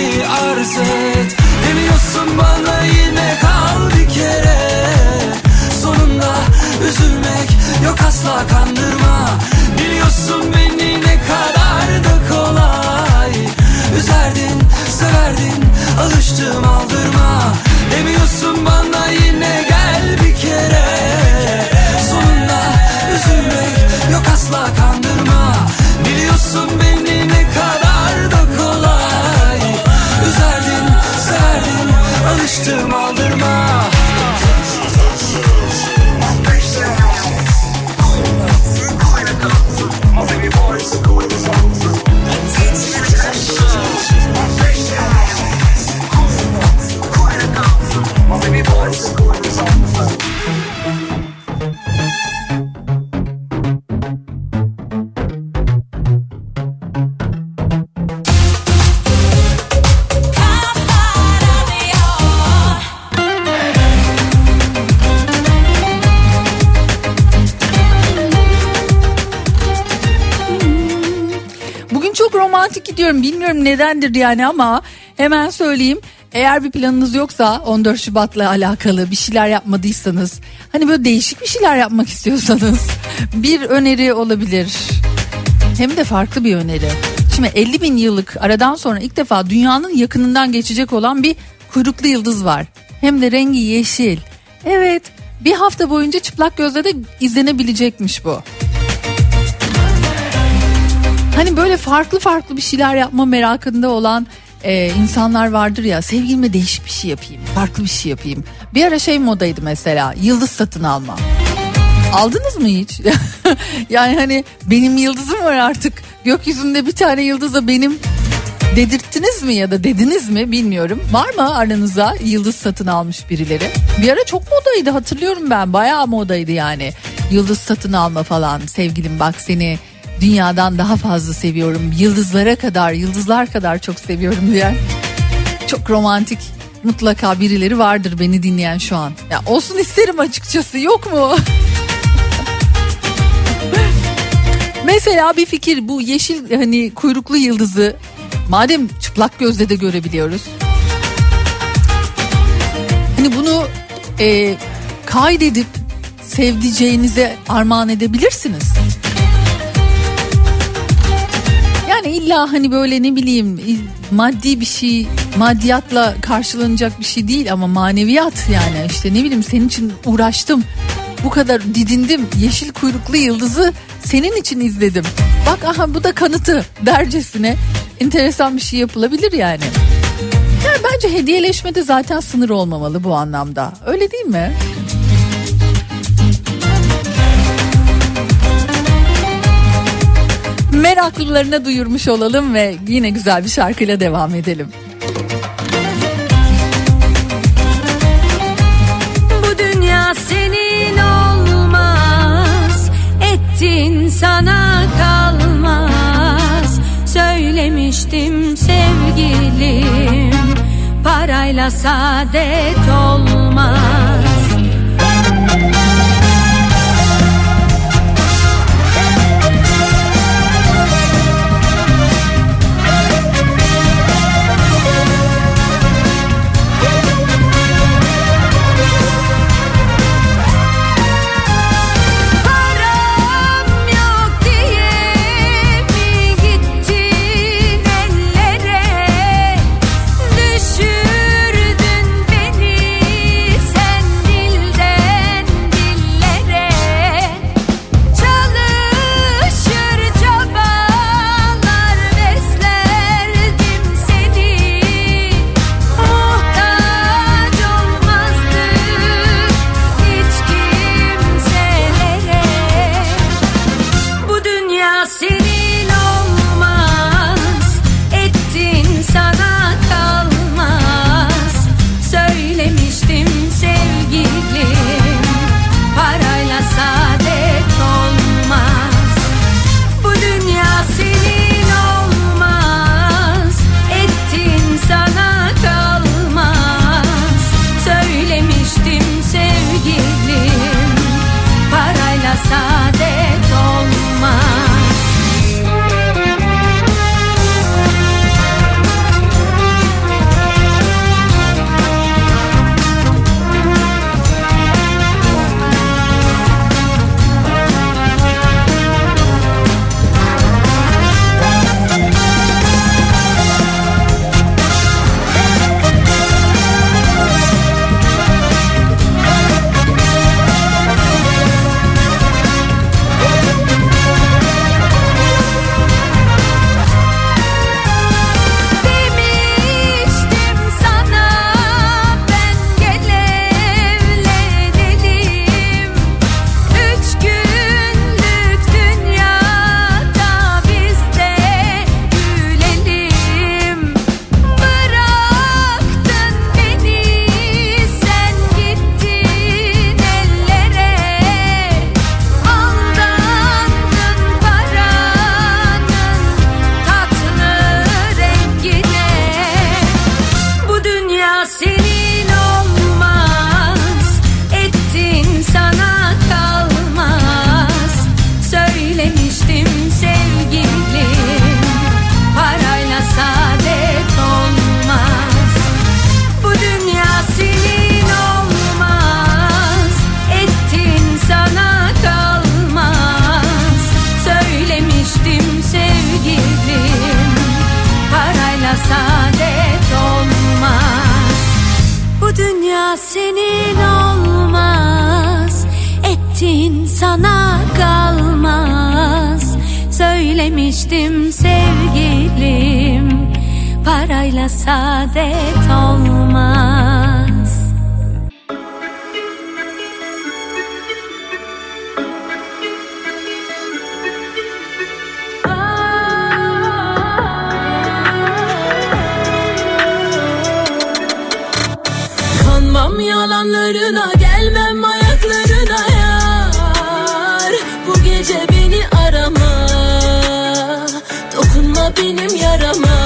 hadi arz et. Demiyorsun bana yine kal bir kere. Sonunda üzülmek yok asla kandırma. Biliyorsun beni ne kadar da kolay üzerdin, severdin, alıştım aldırma. Demiyorsun bana yine gel bir kere. Sonunda üzülmek yok asla kandırma. Biliyorsun beni ne kadar da kolay üzerdin, severdin, alıştım aldırma. Romantik gidiyorum, bilmiyorum nedendir yani, ama hemen söyleyeyim, eğer bir planınız yoksa on dört Şubat'la alakalı bir şeyler yapmadıysanız, hani böyle değişik bir şeyler yapmak istiyorsanız bir öneri olabilir, hem de farklı bir öneri. Şimdi elli bin yıllık aradan sonra ilk defa dünyanın yakınından geçecek olan bir kuyruklu yıldız var, hem de rengi yeşil. Evet, bir hafta boyunca çıplak gözle de izlenebilecekmiş bu. Hani böyle farklı farklı bir şeyler yapma merakında olan e, insanlar vardır ya, sevgilimle değişik bir şey yapayım, farklı bir şey yapayım. Bir ara şey modaydı mesela, yıldız satın alma. Aldınız mı hiç? Yani hani benim yıldızım var artık, gökyüzünde bir tane yıldıza benim dedirttiniz mi ya da dediniz mi bilmiyorum. Var mı aranıza yıldız satın almış birileri? Bir ara çok modaydı, hatırlıyorum ben, bayağı modaydı yani. Yıldız satın alma falan, sevgilim bak seni dünyadan daha fazla seviyorum, yıldızlara kadar, yıldızlar kadar çok seviyorum diye. Çok romantik, mutlaka birileri vardır beni dinleyen şu an. Ya olsun isterim açıkçası, yok mu? Mesela bir fikir, bu yeşil hani kuyruklu yıldızı madem çıplak gözle de görebiliyoruz, hani bunu e, kaydedip sevdiceğinize armağan edebilirsiniz. Yani illa hani böyle ne bileyim maddi bir şey, maddiyatla karşılanacak bir şey değil ama maneviyat, yani işte ne bileyim senin için uğraştım, bu kadar didindim, yeşil kuyruklu yıldızı senin için izledim, bak aha bu da kanıtı dercesine enteresan bir şey yapılabilir yani. Yani bence hediyeleşmede zaten sınır olmamalı bu anlamda, öyle değil mi? Meraklılarına duyurmuş olalım ve yine güzel bir şarkıyla devam edelim. Bu dünya senin olmaz, ettin sana kalmaz. Söylemiştim sevgilim, parayla saadet olmaz. Düşürdün beni demiştim sevgilim, parayla saadet olmaz. Kanmam yalanlarına, gelmem ayaklarına yar. Bu gece beni arama, dokunma benim yarama.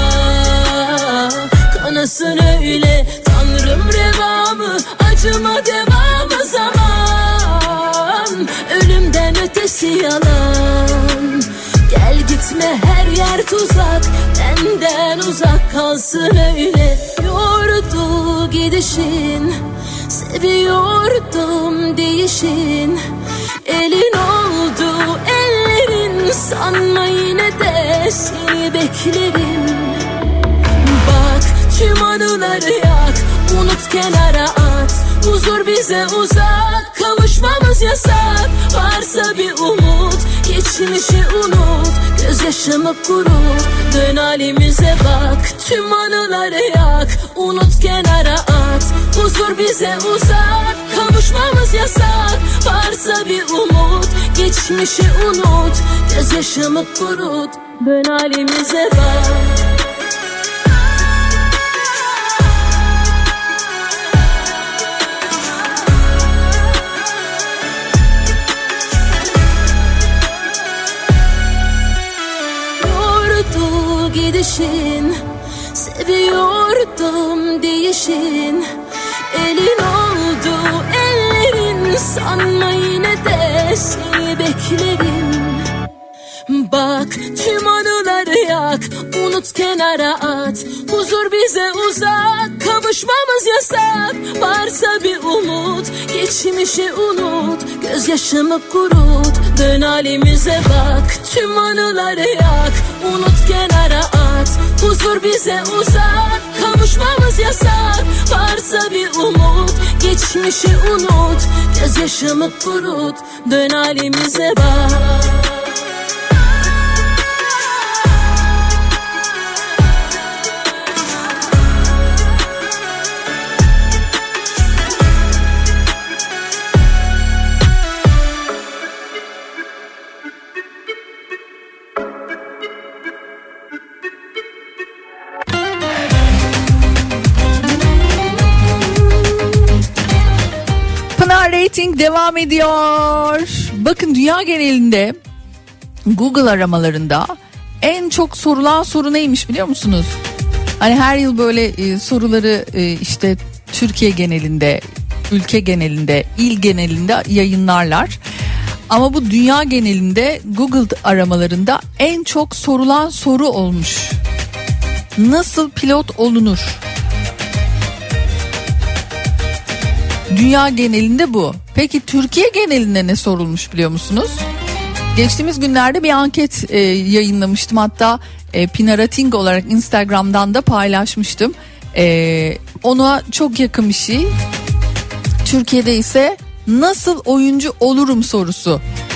Kanasın öyle Tanrım revamı, acıma devamı zaman. Ölümden ötesi yalan, gel gitme her yer tuzak. Benden uzak kalsın öyle. Yordu gidişin, seviyordum değişin. Elin oldu ellerin, sanma yine de seni beklerim. Bak tüm anıları yak, unut kenara at. Huzur bize uzak, kavuşmamız yasak. Varsa bir umut, geçmişi unut. Gözyaşımı kurut, dön halimize bak. Tüm anıları yak, unut kenara at. Huzur bize uzak, kavuşmamız yasak. Varsa bir umut, geçmişi unut. Gözyaşımı kurut, dön halimize bak. Gidişin, seviyordum değişin. Elin oldu ellerin, sanma yine de seni beklerim. Bak tüm anıları yak, unut kenara at. Huzur bize uzak, kavuşmamız yasak. Varsa bir umut, geçmişi unut. Gözyaşımı kurut, dön halimize bak. Tüm anıları yak, unut kenara at. Huzur bize uzak, kavuşmamız yasak. Varsa bir umut, geçmişi unut. Gözyaşımı kurut, dön halimize bak. Rating devam ediyor. Bakın dünya genelinde Google aramalarında en çok sorulan soru neymiş biliyor musunuz? Hani her yıl böyle e, soruları e, işte Türkiye genelinde, ülke genelinde, il genelinde yayınlarlar. Ama bu dünya genelinde Google aramalarında en çok sorulan soru olmuş. Nasıl pilot olunur? Dünya genelinde bu. Peki Türkiye genelinde ne sorulmuş biliyor musunuz? Geçtiğimiz günlerde bir anket e, yayınlamıştım. Hatta e, Pınar Ating olarak Instagram'dan da paylaşmıştım. E, ona çok yakın bir şey. Türkiye'de ise nasıl oyuncu olurum sorusu.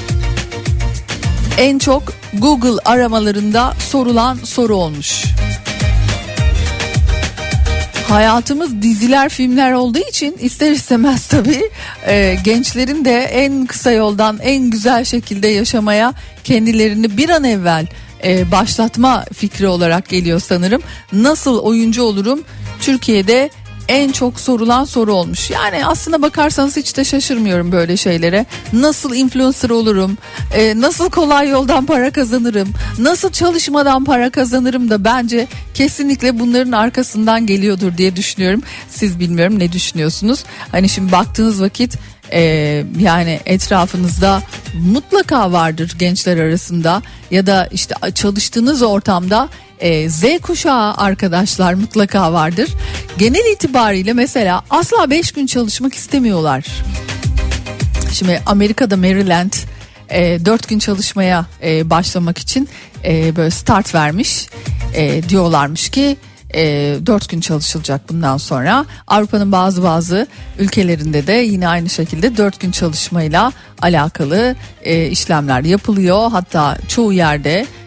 En çok Google aramalarında sorulan soru olmuş. Hayatımız diziler, filmler olduğu için ister istemez tabii e, gençlerin de en kısa yoldan en güzel şekilde yaşamaya kendilerini bir an evvel e, başlatma fikri olarak geliyor sanırım. Nasıl oyuncu olurum? Türkiye'de en çok sorulan soru olmuş. Yani aslına bakarsanız hiç de şaşırmıyorum böyle şeylere. Nasıl influencer olurum? Ee, nasıl kolay yoldan para kazanırım? Nasıl çalışmadan para kazanırım da bence kesinlikle bunların arkasından geliyordur diye düşünüyorum. Siz bilmiyorum ne düşünüyorsunuz? Hani şimdi baktığınız vakit e, yani etrafınızda mutlaka vardır gençler arasında ya da işte çalıştığınız ortamda Ee, Z kuşağı arkadaşlar mutlaka vardır. Genel itibariyle mesela asla beş gün çalışmak istemiyorlar. Şimdi Amerika'da Maryland e, dört gün çalışmaya e, başlamak için e, böyle start vermiş. E, diyorlarmış ki e, dört gün çalışılacak bundan sonra. Avrupa'nın bazı bazı ülkelerinde de yine aynı şekilde dört gün çalışmayla alakalı e, işlemler yapılıyor. Hatta çoğu yerde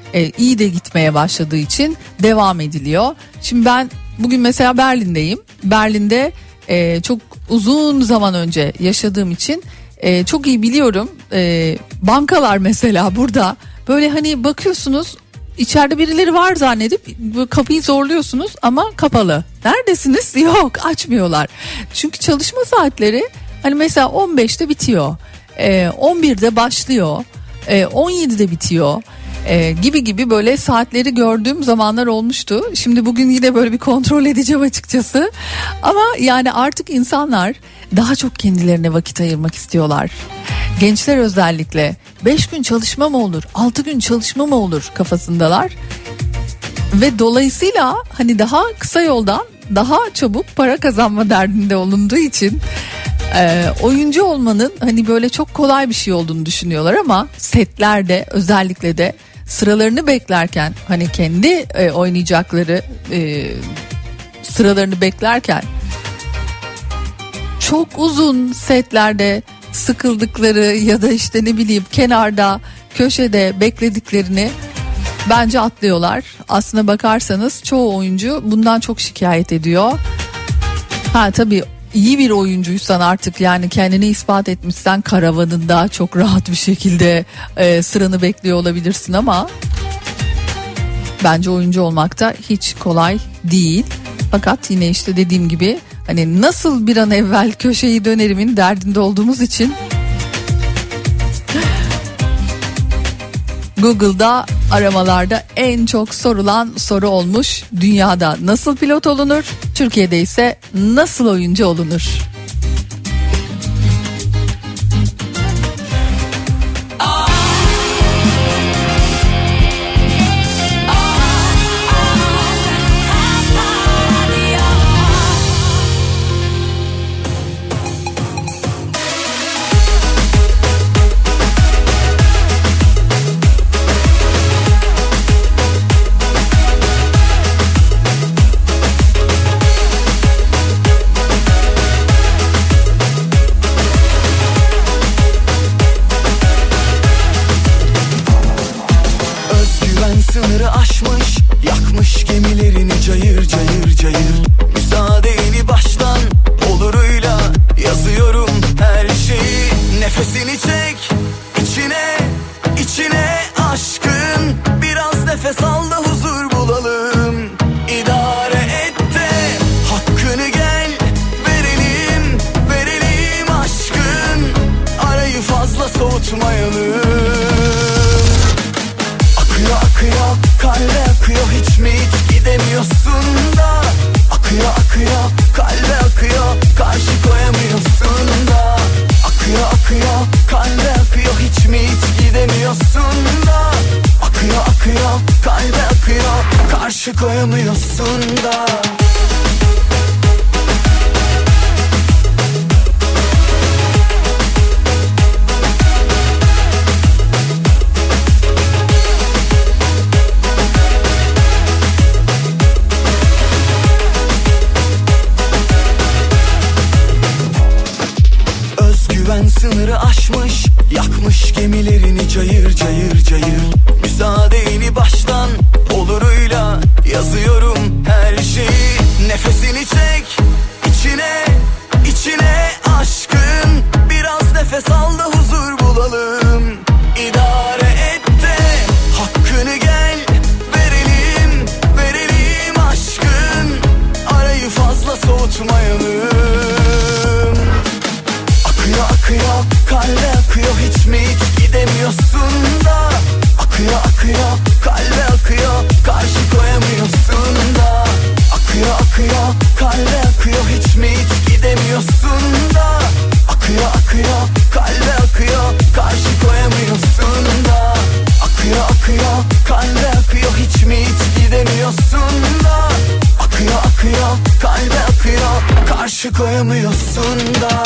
e, iyi de gitmeye başladığı için devam ediliyor. Şimdi ben bugün mesela Berlin'deyim. Berlin'de e, çok uzun zaman önce yaşadığım için e, çok iyi biliyorum. E, bankalar mesela burada böyle hani bakıyorsunuz, içeride birileri var zannedip kapıyı zorluyorsunuz ama kapalı. Neredesiniz? Yok, açmıyorlar. Çünkü çalışma saatleri hani mesela on beşte bitiyor, e, on birde başlıyor, e, on yedide bitiyor. Ee, gibi gibi böyle saatleri gördüğüm zamanlar olmuştu. Şimdi bugün yine böyle bir kontrol edeceğim açıkçası. Ama yani artık insanlar daha çok kendilerine vakit ayırmak istiyorlar. Gençler özellikle beş gün çalışma mı olur, altı gün çalışma mı olur kafasındalar. Ve dolayısıyla hani daha kısa yoldan daha çabuk para kazanma derdinde olunduğu için Ee, oyuncu olmanın hani böyle çok kolay bir şey olduğunu düşünüyorlar ama setlerde özellikle de sıralarını beklerken hani kendi e, oynayacakları e, sıralarını beklerken çok uzun setlerde sıkıldıkları ya da işte ne bileyim kenarda köşede beklediklerini bence atlıyorlar. Aslına bakarsanız çoğu oyuncu bundan çok şikayet ediyor. Ha tabii iyi bir oyuncuysan artık, yani kendini ispat etmişsen karavanında çok rahat bir şekilde e, sıranı bekliyor olabilirsin ama bence oyuncu olmak da hiç kolay değil. Fakat yine işte dediğim gibi hani nasıl bir an evvel köşeyi dönerimin derdinde olduğumuz için Google'da aramalarda en çok sorulan soru olmuş. Dünyada nasıl pilot olunur? Türkiye'de ise nasıl oyuncu olunur? Sınırı aşmış, yakmış gemilerini cayır cayır cayır. Müsaadeni baştan oluruyla yazıyorum her şeyi. Nefesini çek, içine, içine aşkın. Biraz nefes al da huzur bulalım. İdare et de hakkını gel verelim, verelim aşkın. Arayı fazla soğutmayalım. Akıyor, kalbe akıyor, hiç mi hiç gidemiyorsun da. Akıyor, akıyor, kalbe akıyor, karşı koyamıyorsun da. Akıyor, akıyor, kalbe akıyor, hiç mi hiç gidemiyorsun da. Akıyor, akıyor, kalbe akıyor, karşı koyamıyorsun da. Sınırı aşmış, yakmış gemilerini cayır cayır cayır. Müsaadeni baştan oluruyla yazıyorum her şeyi. Nefesini çek, içine, içine aşkın. Biraz nefes al da huzur bulalım. İdare et de hakkını gel verelim, verelim aşkın. Arayı fazla soğutmayalım. Akıyor, kalbe akıyor, hiç mi hiç gidemiyorsun da. Akıyor, akıyor, kalbe akıyor, karşı koyamıyorsun da. Akıyor, akıyor, kalbe akıyor, hiç mi hiç gidemiyorsun da. Akıyor, akıyor, kalbe akıyor, karşı koyamıyorsun da. Akıyor, akıyor, kalbe akıyor, hiç mi hiç gidemiyorsun da. Akıyor, akıyor, kalbe akıyor, karşı koyamıyorsun da.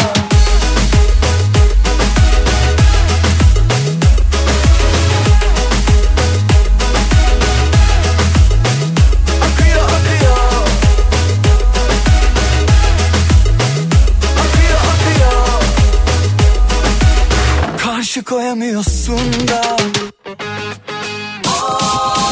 Karşı koyamıyorsun da.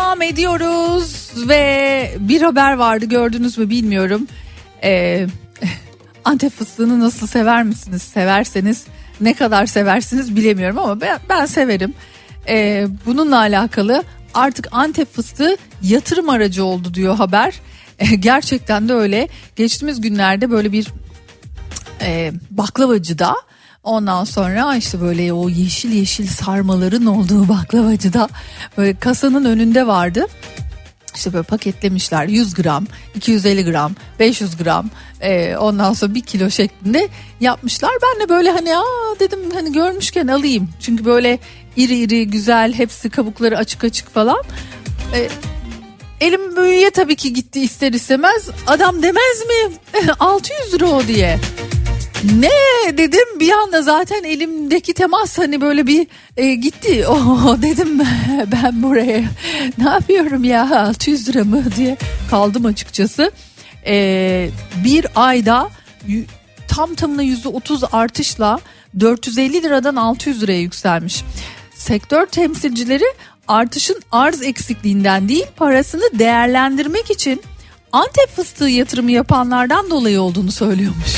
devam ediyoruz ve bir haber vardı, gördünüz mü bilmiyorum. Ee, Antep fıstığını nasıl sever misiniz? Severseniz ne kadar seversiniz bilemiyorum ama ben, ben severim. Ee, bununla alakalı artık Antep fıstığı yatırım aracı oldu diyor haber. Ee, gerçekten de öyle. Geçtiğimiz günlerde böyle bir e, baklavacıda, ondan sonra işte böyle o yeşil yeşil sarmaların olduğu baklavacıda böyle kasanın önünde vardı. İşte böyle paketlemişler yüz gram, iki yüz elli gram, beş yüz gram, e, ondan sonra bir kilo şeklinde yapmışlar. Ben de böyle hani aa dedim, hani görmüşken alayım. Çünkü böyle iri iri güzel, hepsi kabukları açık açık falan. E, elim büyüye tabii ki gitti ister istemez. Adam demez mi altı yüz lira o diye. Ne dedim, bir anda zaten elimdeki temas hani böyle bir e, gitti. Oh dedim, ben buraya ne yapıyorum ya, altı yüz lira mı diye kaldım açıkçası. E, bir ayda tam tamına yüzde otuz artışla dört yüz elli liradan altı yüz liraya yükselmiş. Sektör temsilcileri artışın arz eksikliğinden değil, parasını değerlendirmek için Antep fıstığı yatırımı yapanlardan dolayı olduğunu söylüyormuş.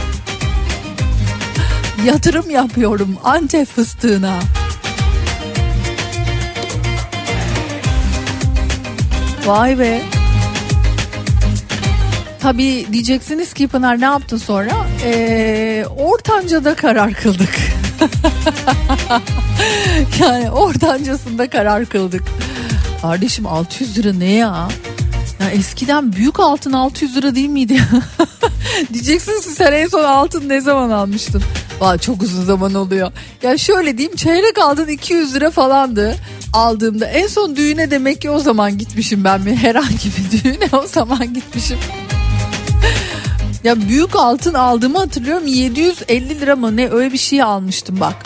Yatırım yapıyorum Antep fıstığına. Vay be. Tabii diyeceksiniz ki Pınar ne yaptın sonra? Ee, ortancada karar kıldık. Yani ortancasında karar kıldık. Kardeşim altı yüz lira ne ya? Ya eskiden büyük altın altı yüz lira değil miydi? Diyeceksiniz ki sen en son altın ne zaman almıştın? Vay çok uzun zaman oluyor. Ya şöyle diyeyim, çeyrek altın iki yüz lira falandı aldığımda. En son düğüne demek ki o zaman gitmişim ben, bir herhangi bir düğüne o zaman gitmişim. Ya büyük altın aldığımı hatırlıyorum, yedi yüz elli lira mı ne, öyle bir şey almıştım bak.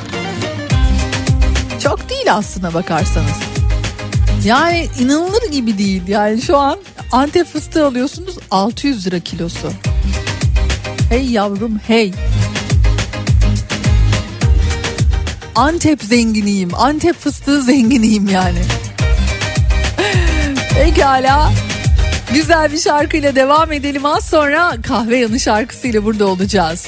Çok değil aslına bakarsanız. Yani inanılır gibi değil. Yani şu an Antep fıstığı alıyorsunuz altı yüz lira kilosu. Hey yavrum hey. Antep zenginiyim. Antep fıstığı zenginiyim yani. Pekala. Güzel bir şarkıyla devam edelim. Az sonra Kahve Yanı şarkısıyla burada olacağız.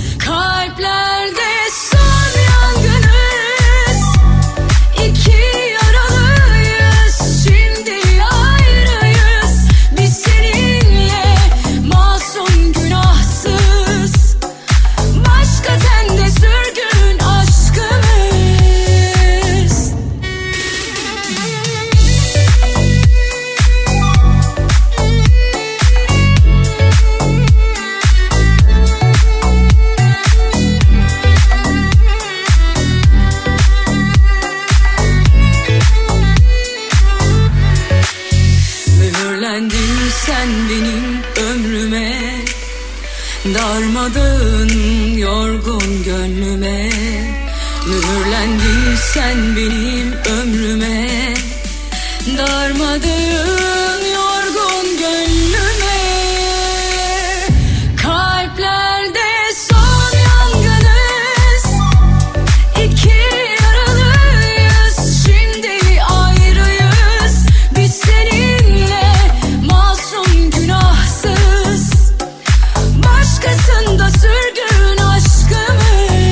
Kalplerde son yangınız, iki Darmadağın yorgun gönlüme, mühürlendin sen benim ömrüme. Darmadağın yorgun gönlüme, kalplerde son yangınız, iki yaralıyız, şimdi ayrıyız. Biz seninle masum günahsız, başkasında sürgün aşkımız.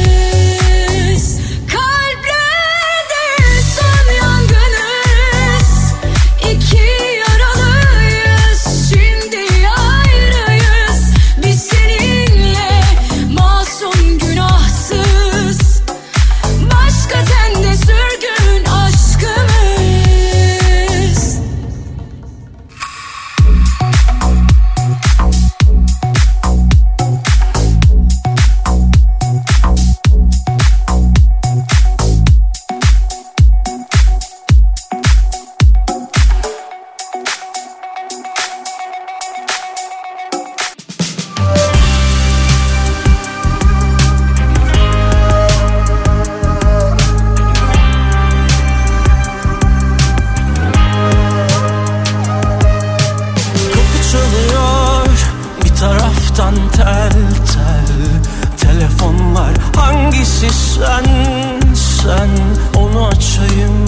Kalplerde son yangınız, iki yaralıyız, şimdi ayrıyız. Biz seninle masum günahsız, başka tende sürgün aşkımız. Kapı çalıyor bir taraftan tel tel telefonlar. Hangisi sen sen onu açayım.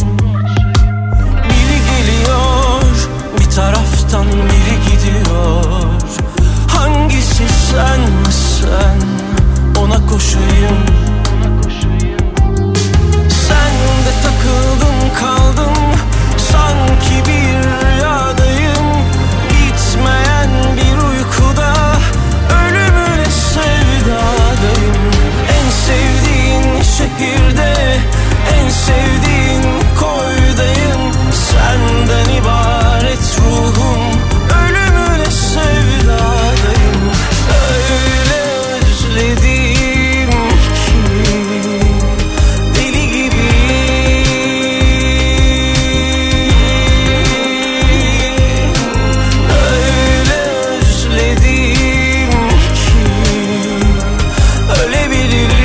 Biri geliyor bir taraftan biri gidiyor. Hangisi sen sen ona koşayım. Sen de takıldım kaldım sanki bir rüyadayım. Bitmeyen bir uykuda ölümüne sevdadayım. En sevdiğin şehirde en sevdiğin koydayım. Senden ibaret ruhum ölümüne sevdadayım. Öyle özledim ki deli gibi. Öyle özledim ki ölebilirim.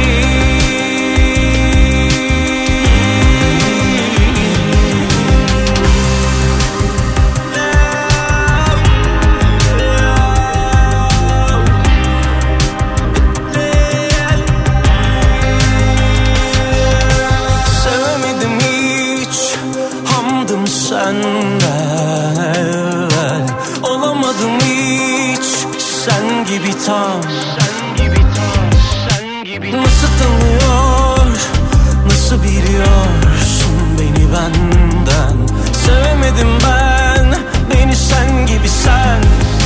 Sevemedim hiç, hamdım senden evvel. Olamadım hiç sen gibi tam. Nasıl tanıyor, nasıl biliyorsun beni benden. Sevemedim ben beni sen gibi sen.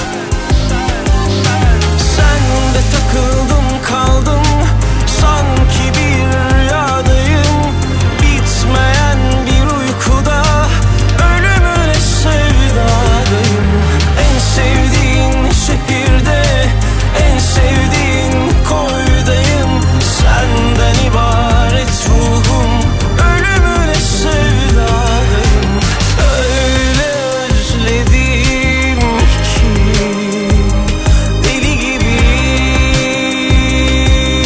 Sen de takıldım kaldım sanki bir rüyadayım. Bitmeyen bir uykuda ölümüne sevdadayım. En sevdiğin şehirde en sevdiğin koydayım. Senden ibaret ruhum ölümüne sevdadayım. Öyle özledim ki deli gibi.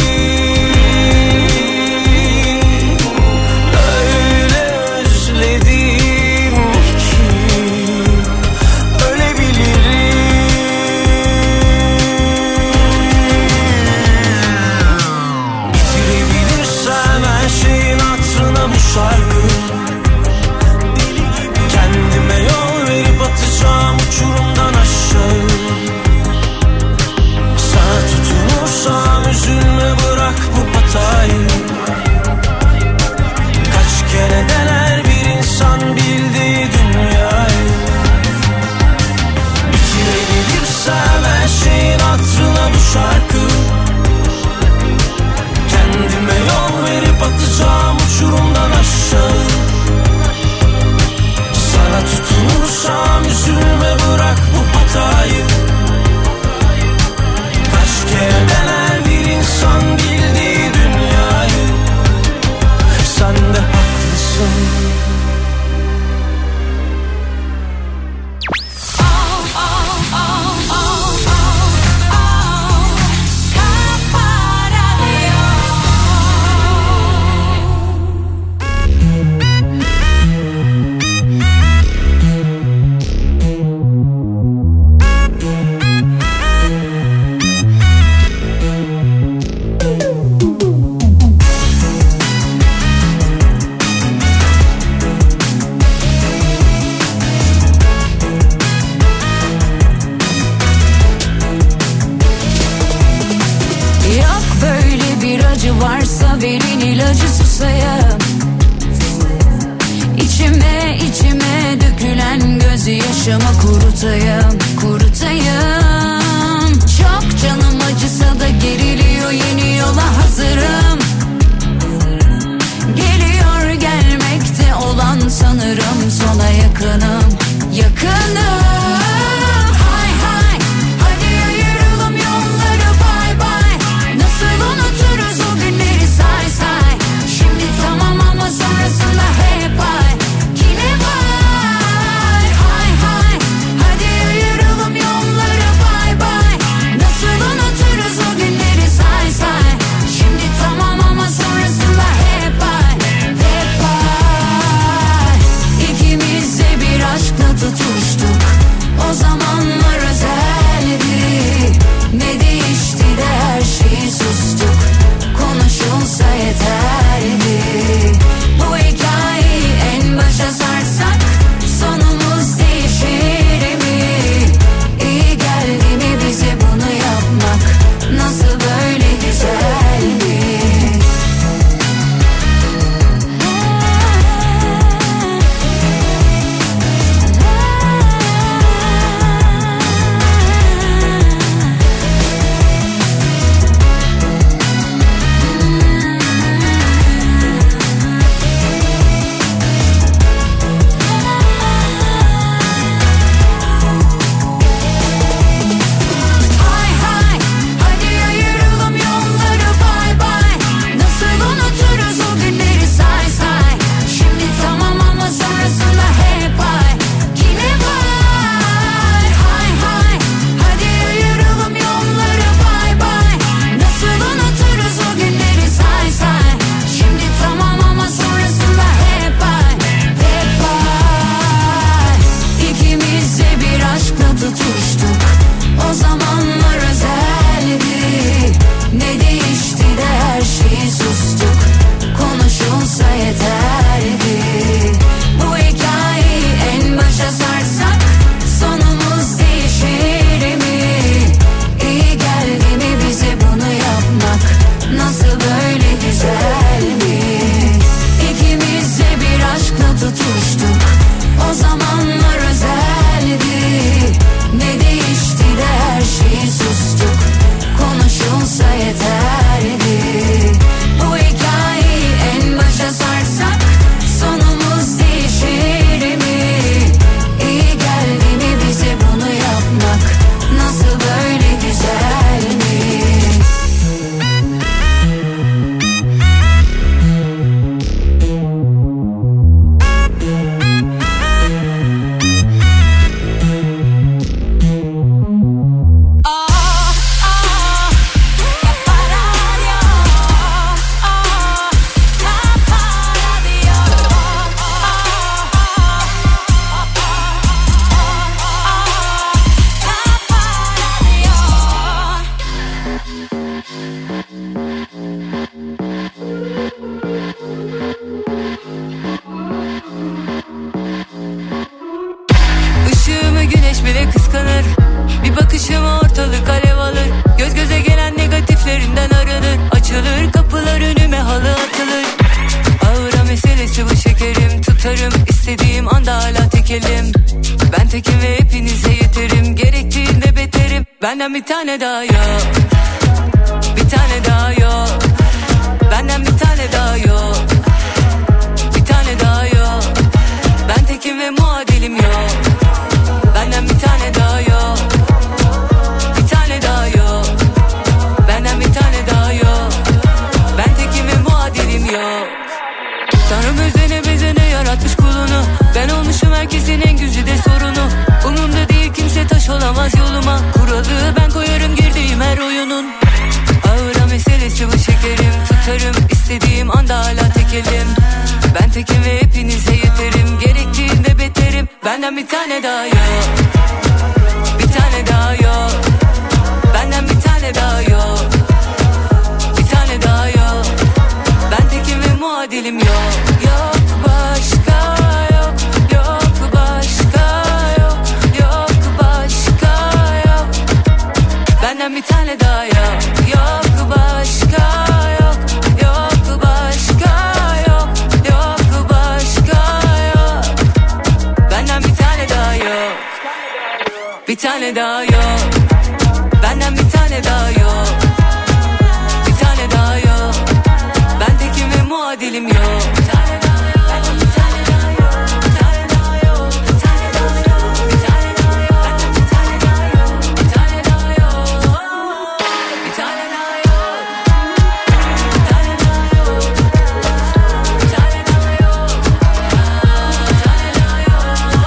işlerinden aranır. Açılır kapılar önüme, halı atılır. Ağıra meselesi bu şekerim. Tutarım istediğim anda, hala tekelim. Ben tekim ve hepinize yeterim. Gerektiğinde beterim. Benden bir tane daha yok. Bir tane daha yok. Benden bir tane daha yok. Bir tane daha yok. Ben tekim ve muadilim yok. Benden bir tane daha yok. Bir tane daha yok. Benden bir tane daha yok. Ben tekim ve muadilim yok. Tanrım özene bezene yaratmış kulunu. Ben olmuşum herkesin en güzide sorunu. Umurumda değil kimse, taş olamaz yoluma. Kuralı ben koyarım girdiğim her oyunun. Ağıra meselesi bu şekerim. Tutarım istediğim anda, hala tekelim. Ben tekim ve hepinize yeterim. Gerektiğinde beterim. Benden bir tane daha yok. Bir tane daha yok. Benden bir tane daha yok. Bir tane daha yok. Ben tekim ve muadilim yok. Yok başka yok. Yok başka yok. Yok başka yok. Benden bir tane daha yok. Yok başka yok. Yok başka yok. Yok başka yok. Benden bir tane daha yok. Bir tane daha yok. Benden bir tane daha yok. Bir tane daha yok. Ben tekim ve muadilim yok. Bir tane daha yok. Benden bir tane daha yok. Bir tane daha yok. Bir tane daha yok. Bir tane daha yok. Benden bir tane daha yok. Bir tane daha yok. Bir tane daha yok. Bir tane daha yok. Bir tane daha yok. Bir tane daha yok.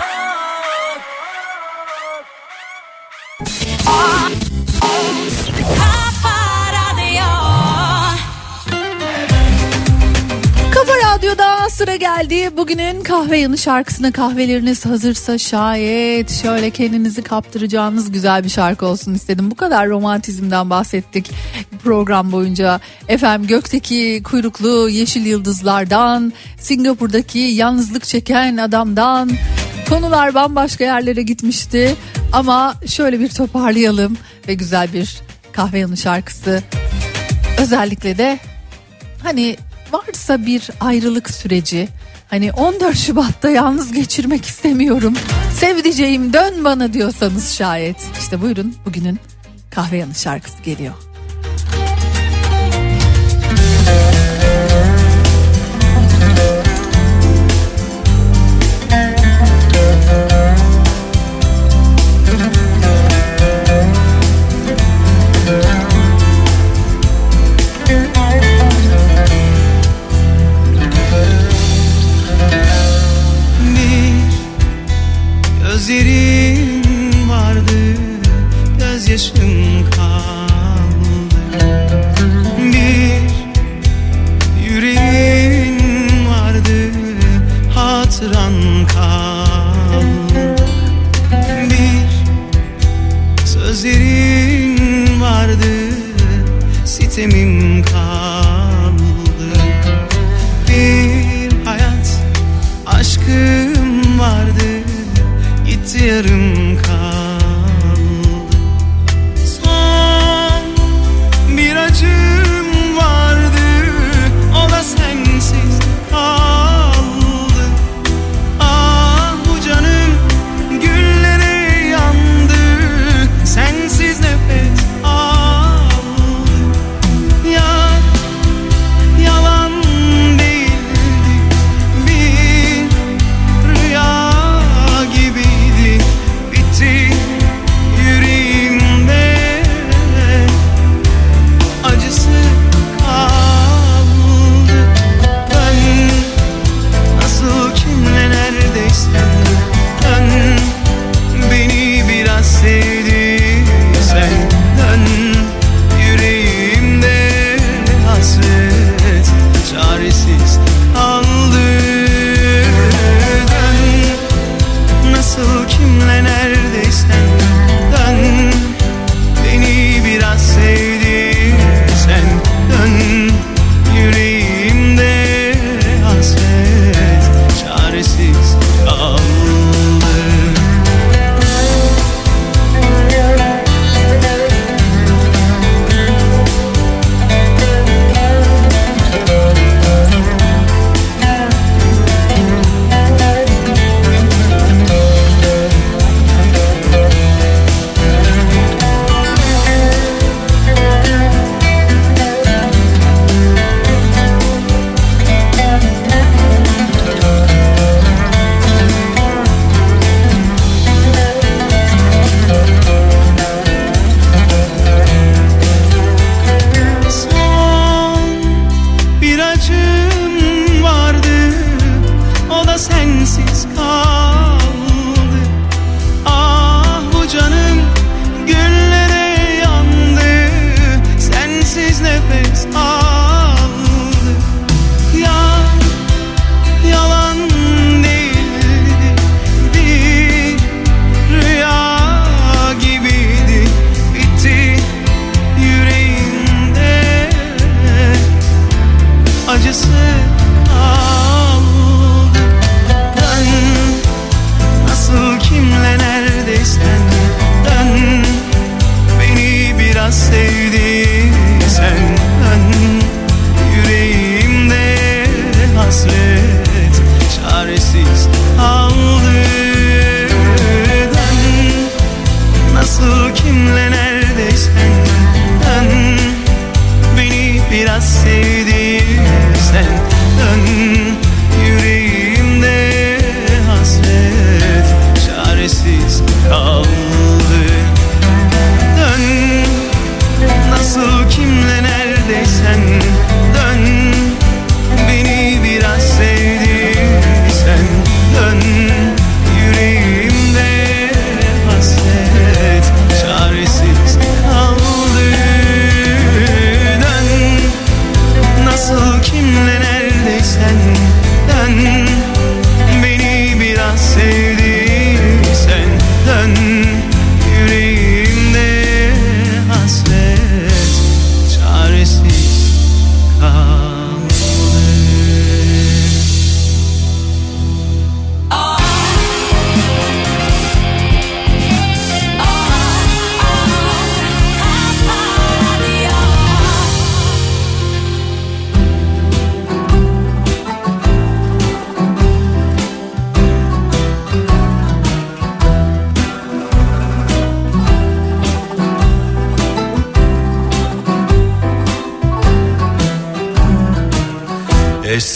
Kafa Radyo'da sıra geldi. Bugünün kahve yanı şarkısına, kahveleriniz hazırsa şayet şöyle kendinizi kaptıracağınız güzel bir şarkı olsun istedim. Bu kadar romantizmden bahsettik program boyunca. Efendim gökteki kuyruklu yeşil yıldızlardan, Singapur'daki yalnızlık çeken adamdan, konular bambaşka yerlere gitmişti. Ama şöyle bir toparlayalım ve güzel bir kahve yanı şarkısı. Özellikle de hani varsa bir ayrılık süreci, hani on dört Şubat'ta yalnız geçirmek istemiyorum, sevdiceğim dön bana diyorsanız şayet, işte buyurun, bugünün kahve yanı şarkısı geliyor. Gözlerin vardı, gözyaşım kaldı. Bir yüreğin vardı, hatıran kaldı. Bir sözlerin vardı, sitemim kaldı. Bir hayat aşkım vardı, gitti yarım kaldı. Son bir acım vardı, o da sensiz kaldı. Ah bu canım güllere yandı, sensiz nefes aldı. Ya yalan değildi, bir rüya gibiydi,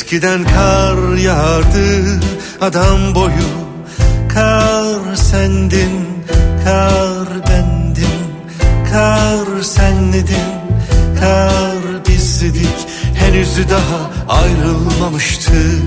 Eskiden kar yağardı adam boyu, kar sendin, kar bendim, kar senledin, kar bizdik, henüz daha ayrılmamıştık.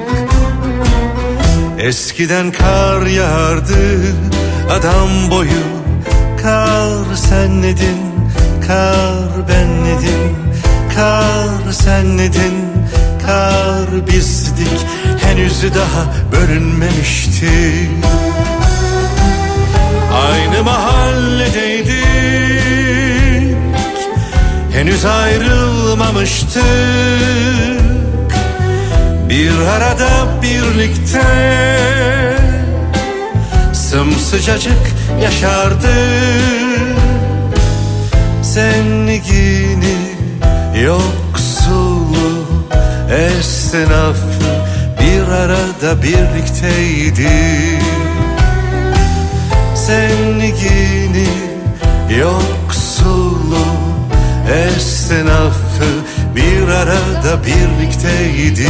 Eskiden kar yağardı adam boyu, kar senledin, kar benledim, kar senledin, kar bizdik, henüz daha bölünmemiştik. Aynı mahalledeydik, henüz ayrılmamıştık. Bir arada birlikte sımsıcacık yaşardık. Zenligini, yoksulu, esnafı bir arada birlikteydik. Zenligini, yoksulu, esnafı bir arada birlikteydik.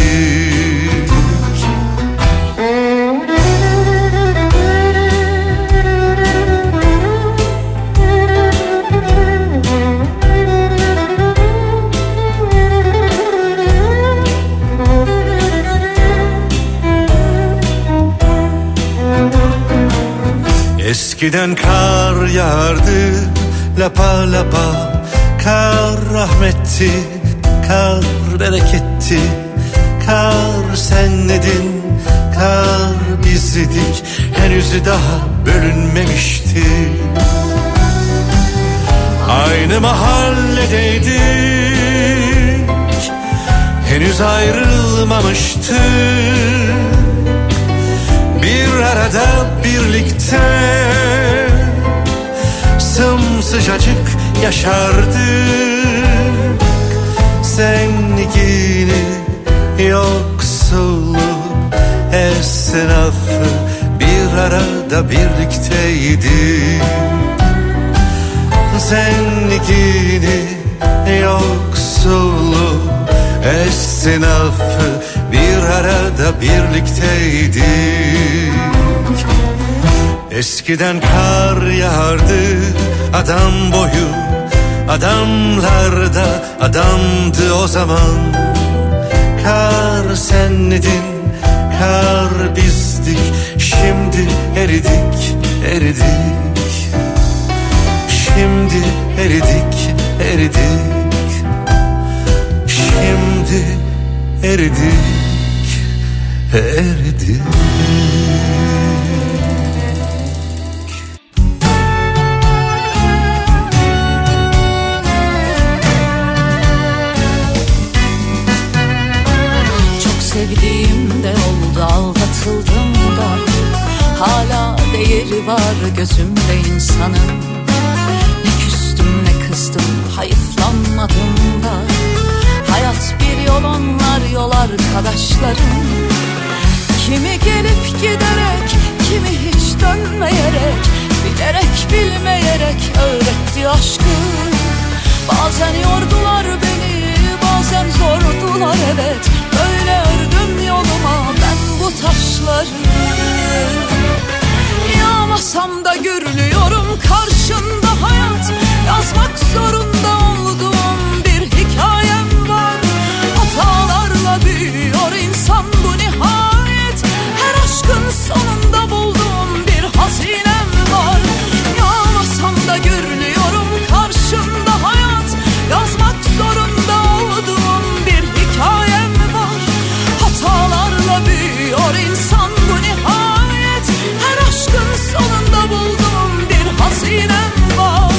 Eskiden kar yağardı lapa lapa, kar rahmetti, kar bereketti, kar senledin, kar bizdik, henüz daha bölünmemişti. Aynı mahalledeydik, henüz ayrılmamıştık. Bir arada birlikte sımsıcacık yaşardık. Zenligini, yoksulu, esnafı bir arada birlikteydik. Zenligini, yoksulu, esnafı bir arada birlikteydik. Eskiden kar yağardı adam boyu, adamlar da adamdı o zaman. Kar senledin, kar bizdik, şimdi eridik, eridik. Şimdi eridik, eridik. Şimdi eridik, eridik. Sevdiğimde oldu, aldatıldım da hala değeri var gözümde insanın. Ne küstüm ne kızdım, hayıflanmadım da hayat bir yol, onlar yol arkadaşlarım. Kimi gelip giderek, kimi hiç dönmeyerek, bilerek bilmeyerek öğretti aşkı. Bazen yordular beni, bazen zordular evet. Öyle ördüm yoluma ben bu taşları. Yağmasam da gürlüyorum karşında hayat. Yazmak zorunda olduğum bir hikayem var. Hatalarla büyüyor insan bu nihayet. Her aşkın sonunda bulduğum bir hazinem var. Yağmasam da gürlüyorum karşında hayat. Yazmak zorunda olduğum bir hikayem var. Hatalarla büyüyor insan bu nihayet. Her aşkın sonunda bulduğum bir hazinem var.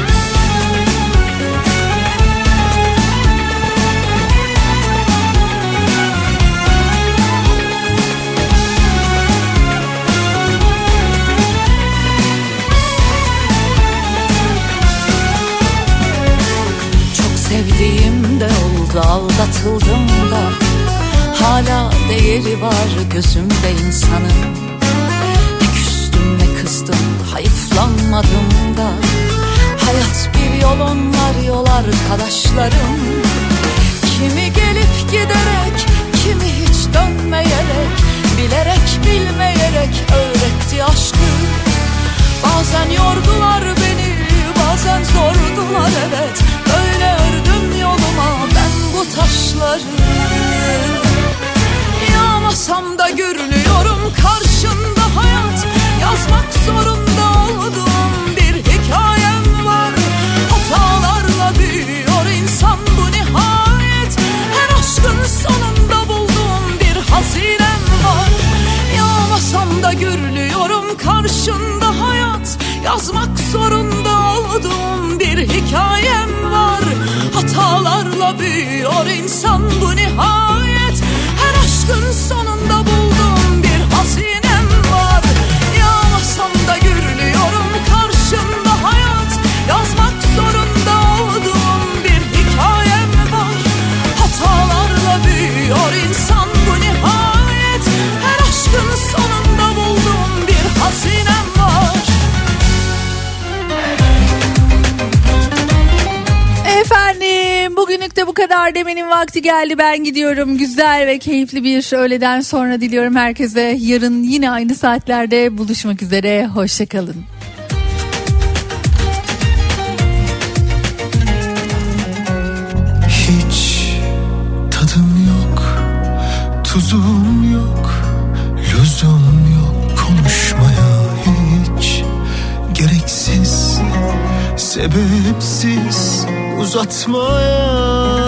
Çok sevdiğim de oldu, aldatıldım da hala değeri var gözümde insanın. Ne küstüm ne kızdım, hayıflanmadım da hayat bir yol, onlar yol arkadaşlarım. Kimi gelip giderek, kimi hiç dönmeyerek, bilerek bilmeyerek öğretti aşkı. Bazen yordular beni, bazen zordular evet. Öyle ördüm yoluma ben bu taşları. Yağmasam da görünüyorum karşında hayat. Yazmak zorunda olduğum bir hikayem var. Hatalarla büyüyor insan bu nihayet. Her aşkın sonunda bulduğum bir hazinem var. Yağmasam da görünüyorum karşında hayat. Yazmak zorunda olduğum bir hikayem var. Hatalarla büyüyor insan bu nihayet. Her aşkın sonunda bulduğum bir hazinem var. Yağmasam da görünüyorum karşında hayat. Yazmak zorunda olduğum bir hikayem var. Hatalarla büyüyor insan bu nihayet. Her aşkın sonunda bulduğum bir hazinem var. Efendim bugünlük de bu kadar demenin vakti geldi, ben gidiyorum. Güzel ve keyifli bir öğleden sonra diliyorum herkese. Yarın yine aynı saatlerde buluşmak üzere, hoşçakalın. Hiç tadım yok, tuzum yok, lüzum yok konuşmaya hiç. Gereksiz, sebepsiz uzatmaya.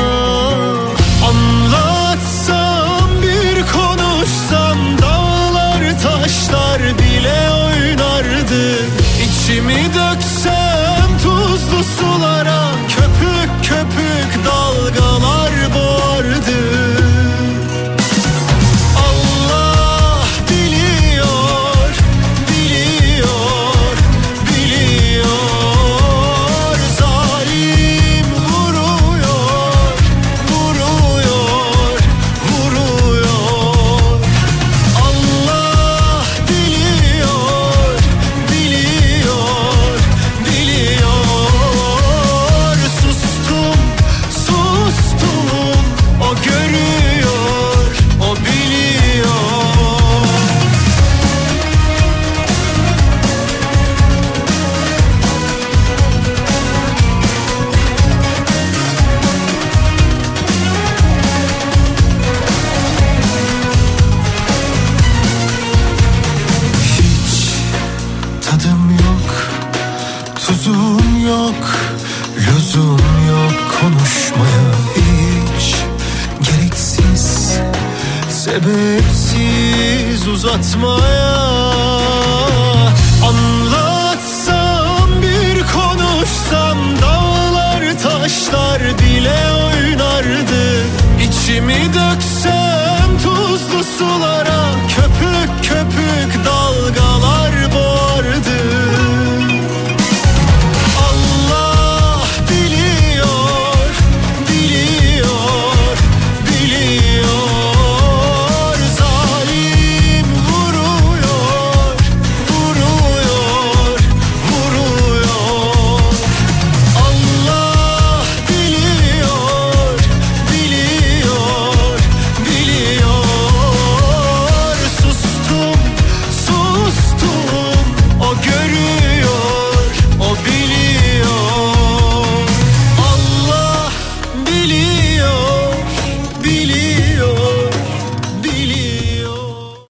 Anlatsam bir konuşsam dağlar taşlar bile oynardı. İçimi döksem tuzlu sulara köpük köpük dalgalar boğardı. Allah biliyor, biliyor, biliyor. Zalim vuruyor, vuruyor, vuruyor. Allah biliyor, biliyor, biliyor. Sustum, sustum. O görüyor, o biliyor. Hiç tadım yok, tuzum yok, lüzum yok konuşmaya hiç. Gereksiz, sebepsiz uzatmaya. Anlatsam bir konuşsam dağlar taşlar bile oynardı. İçimi döksem tuzlu sulara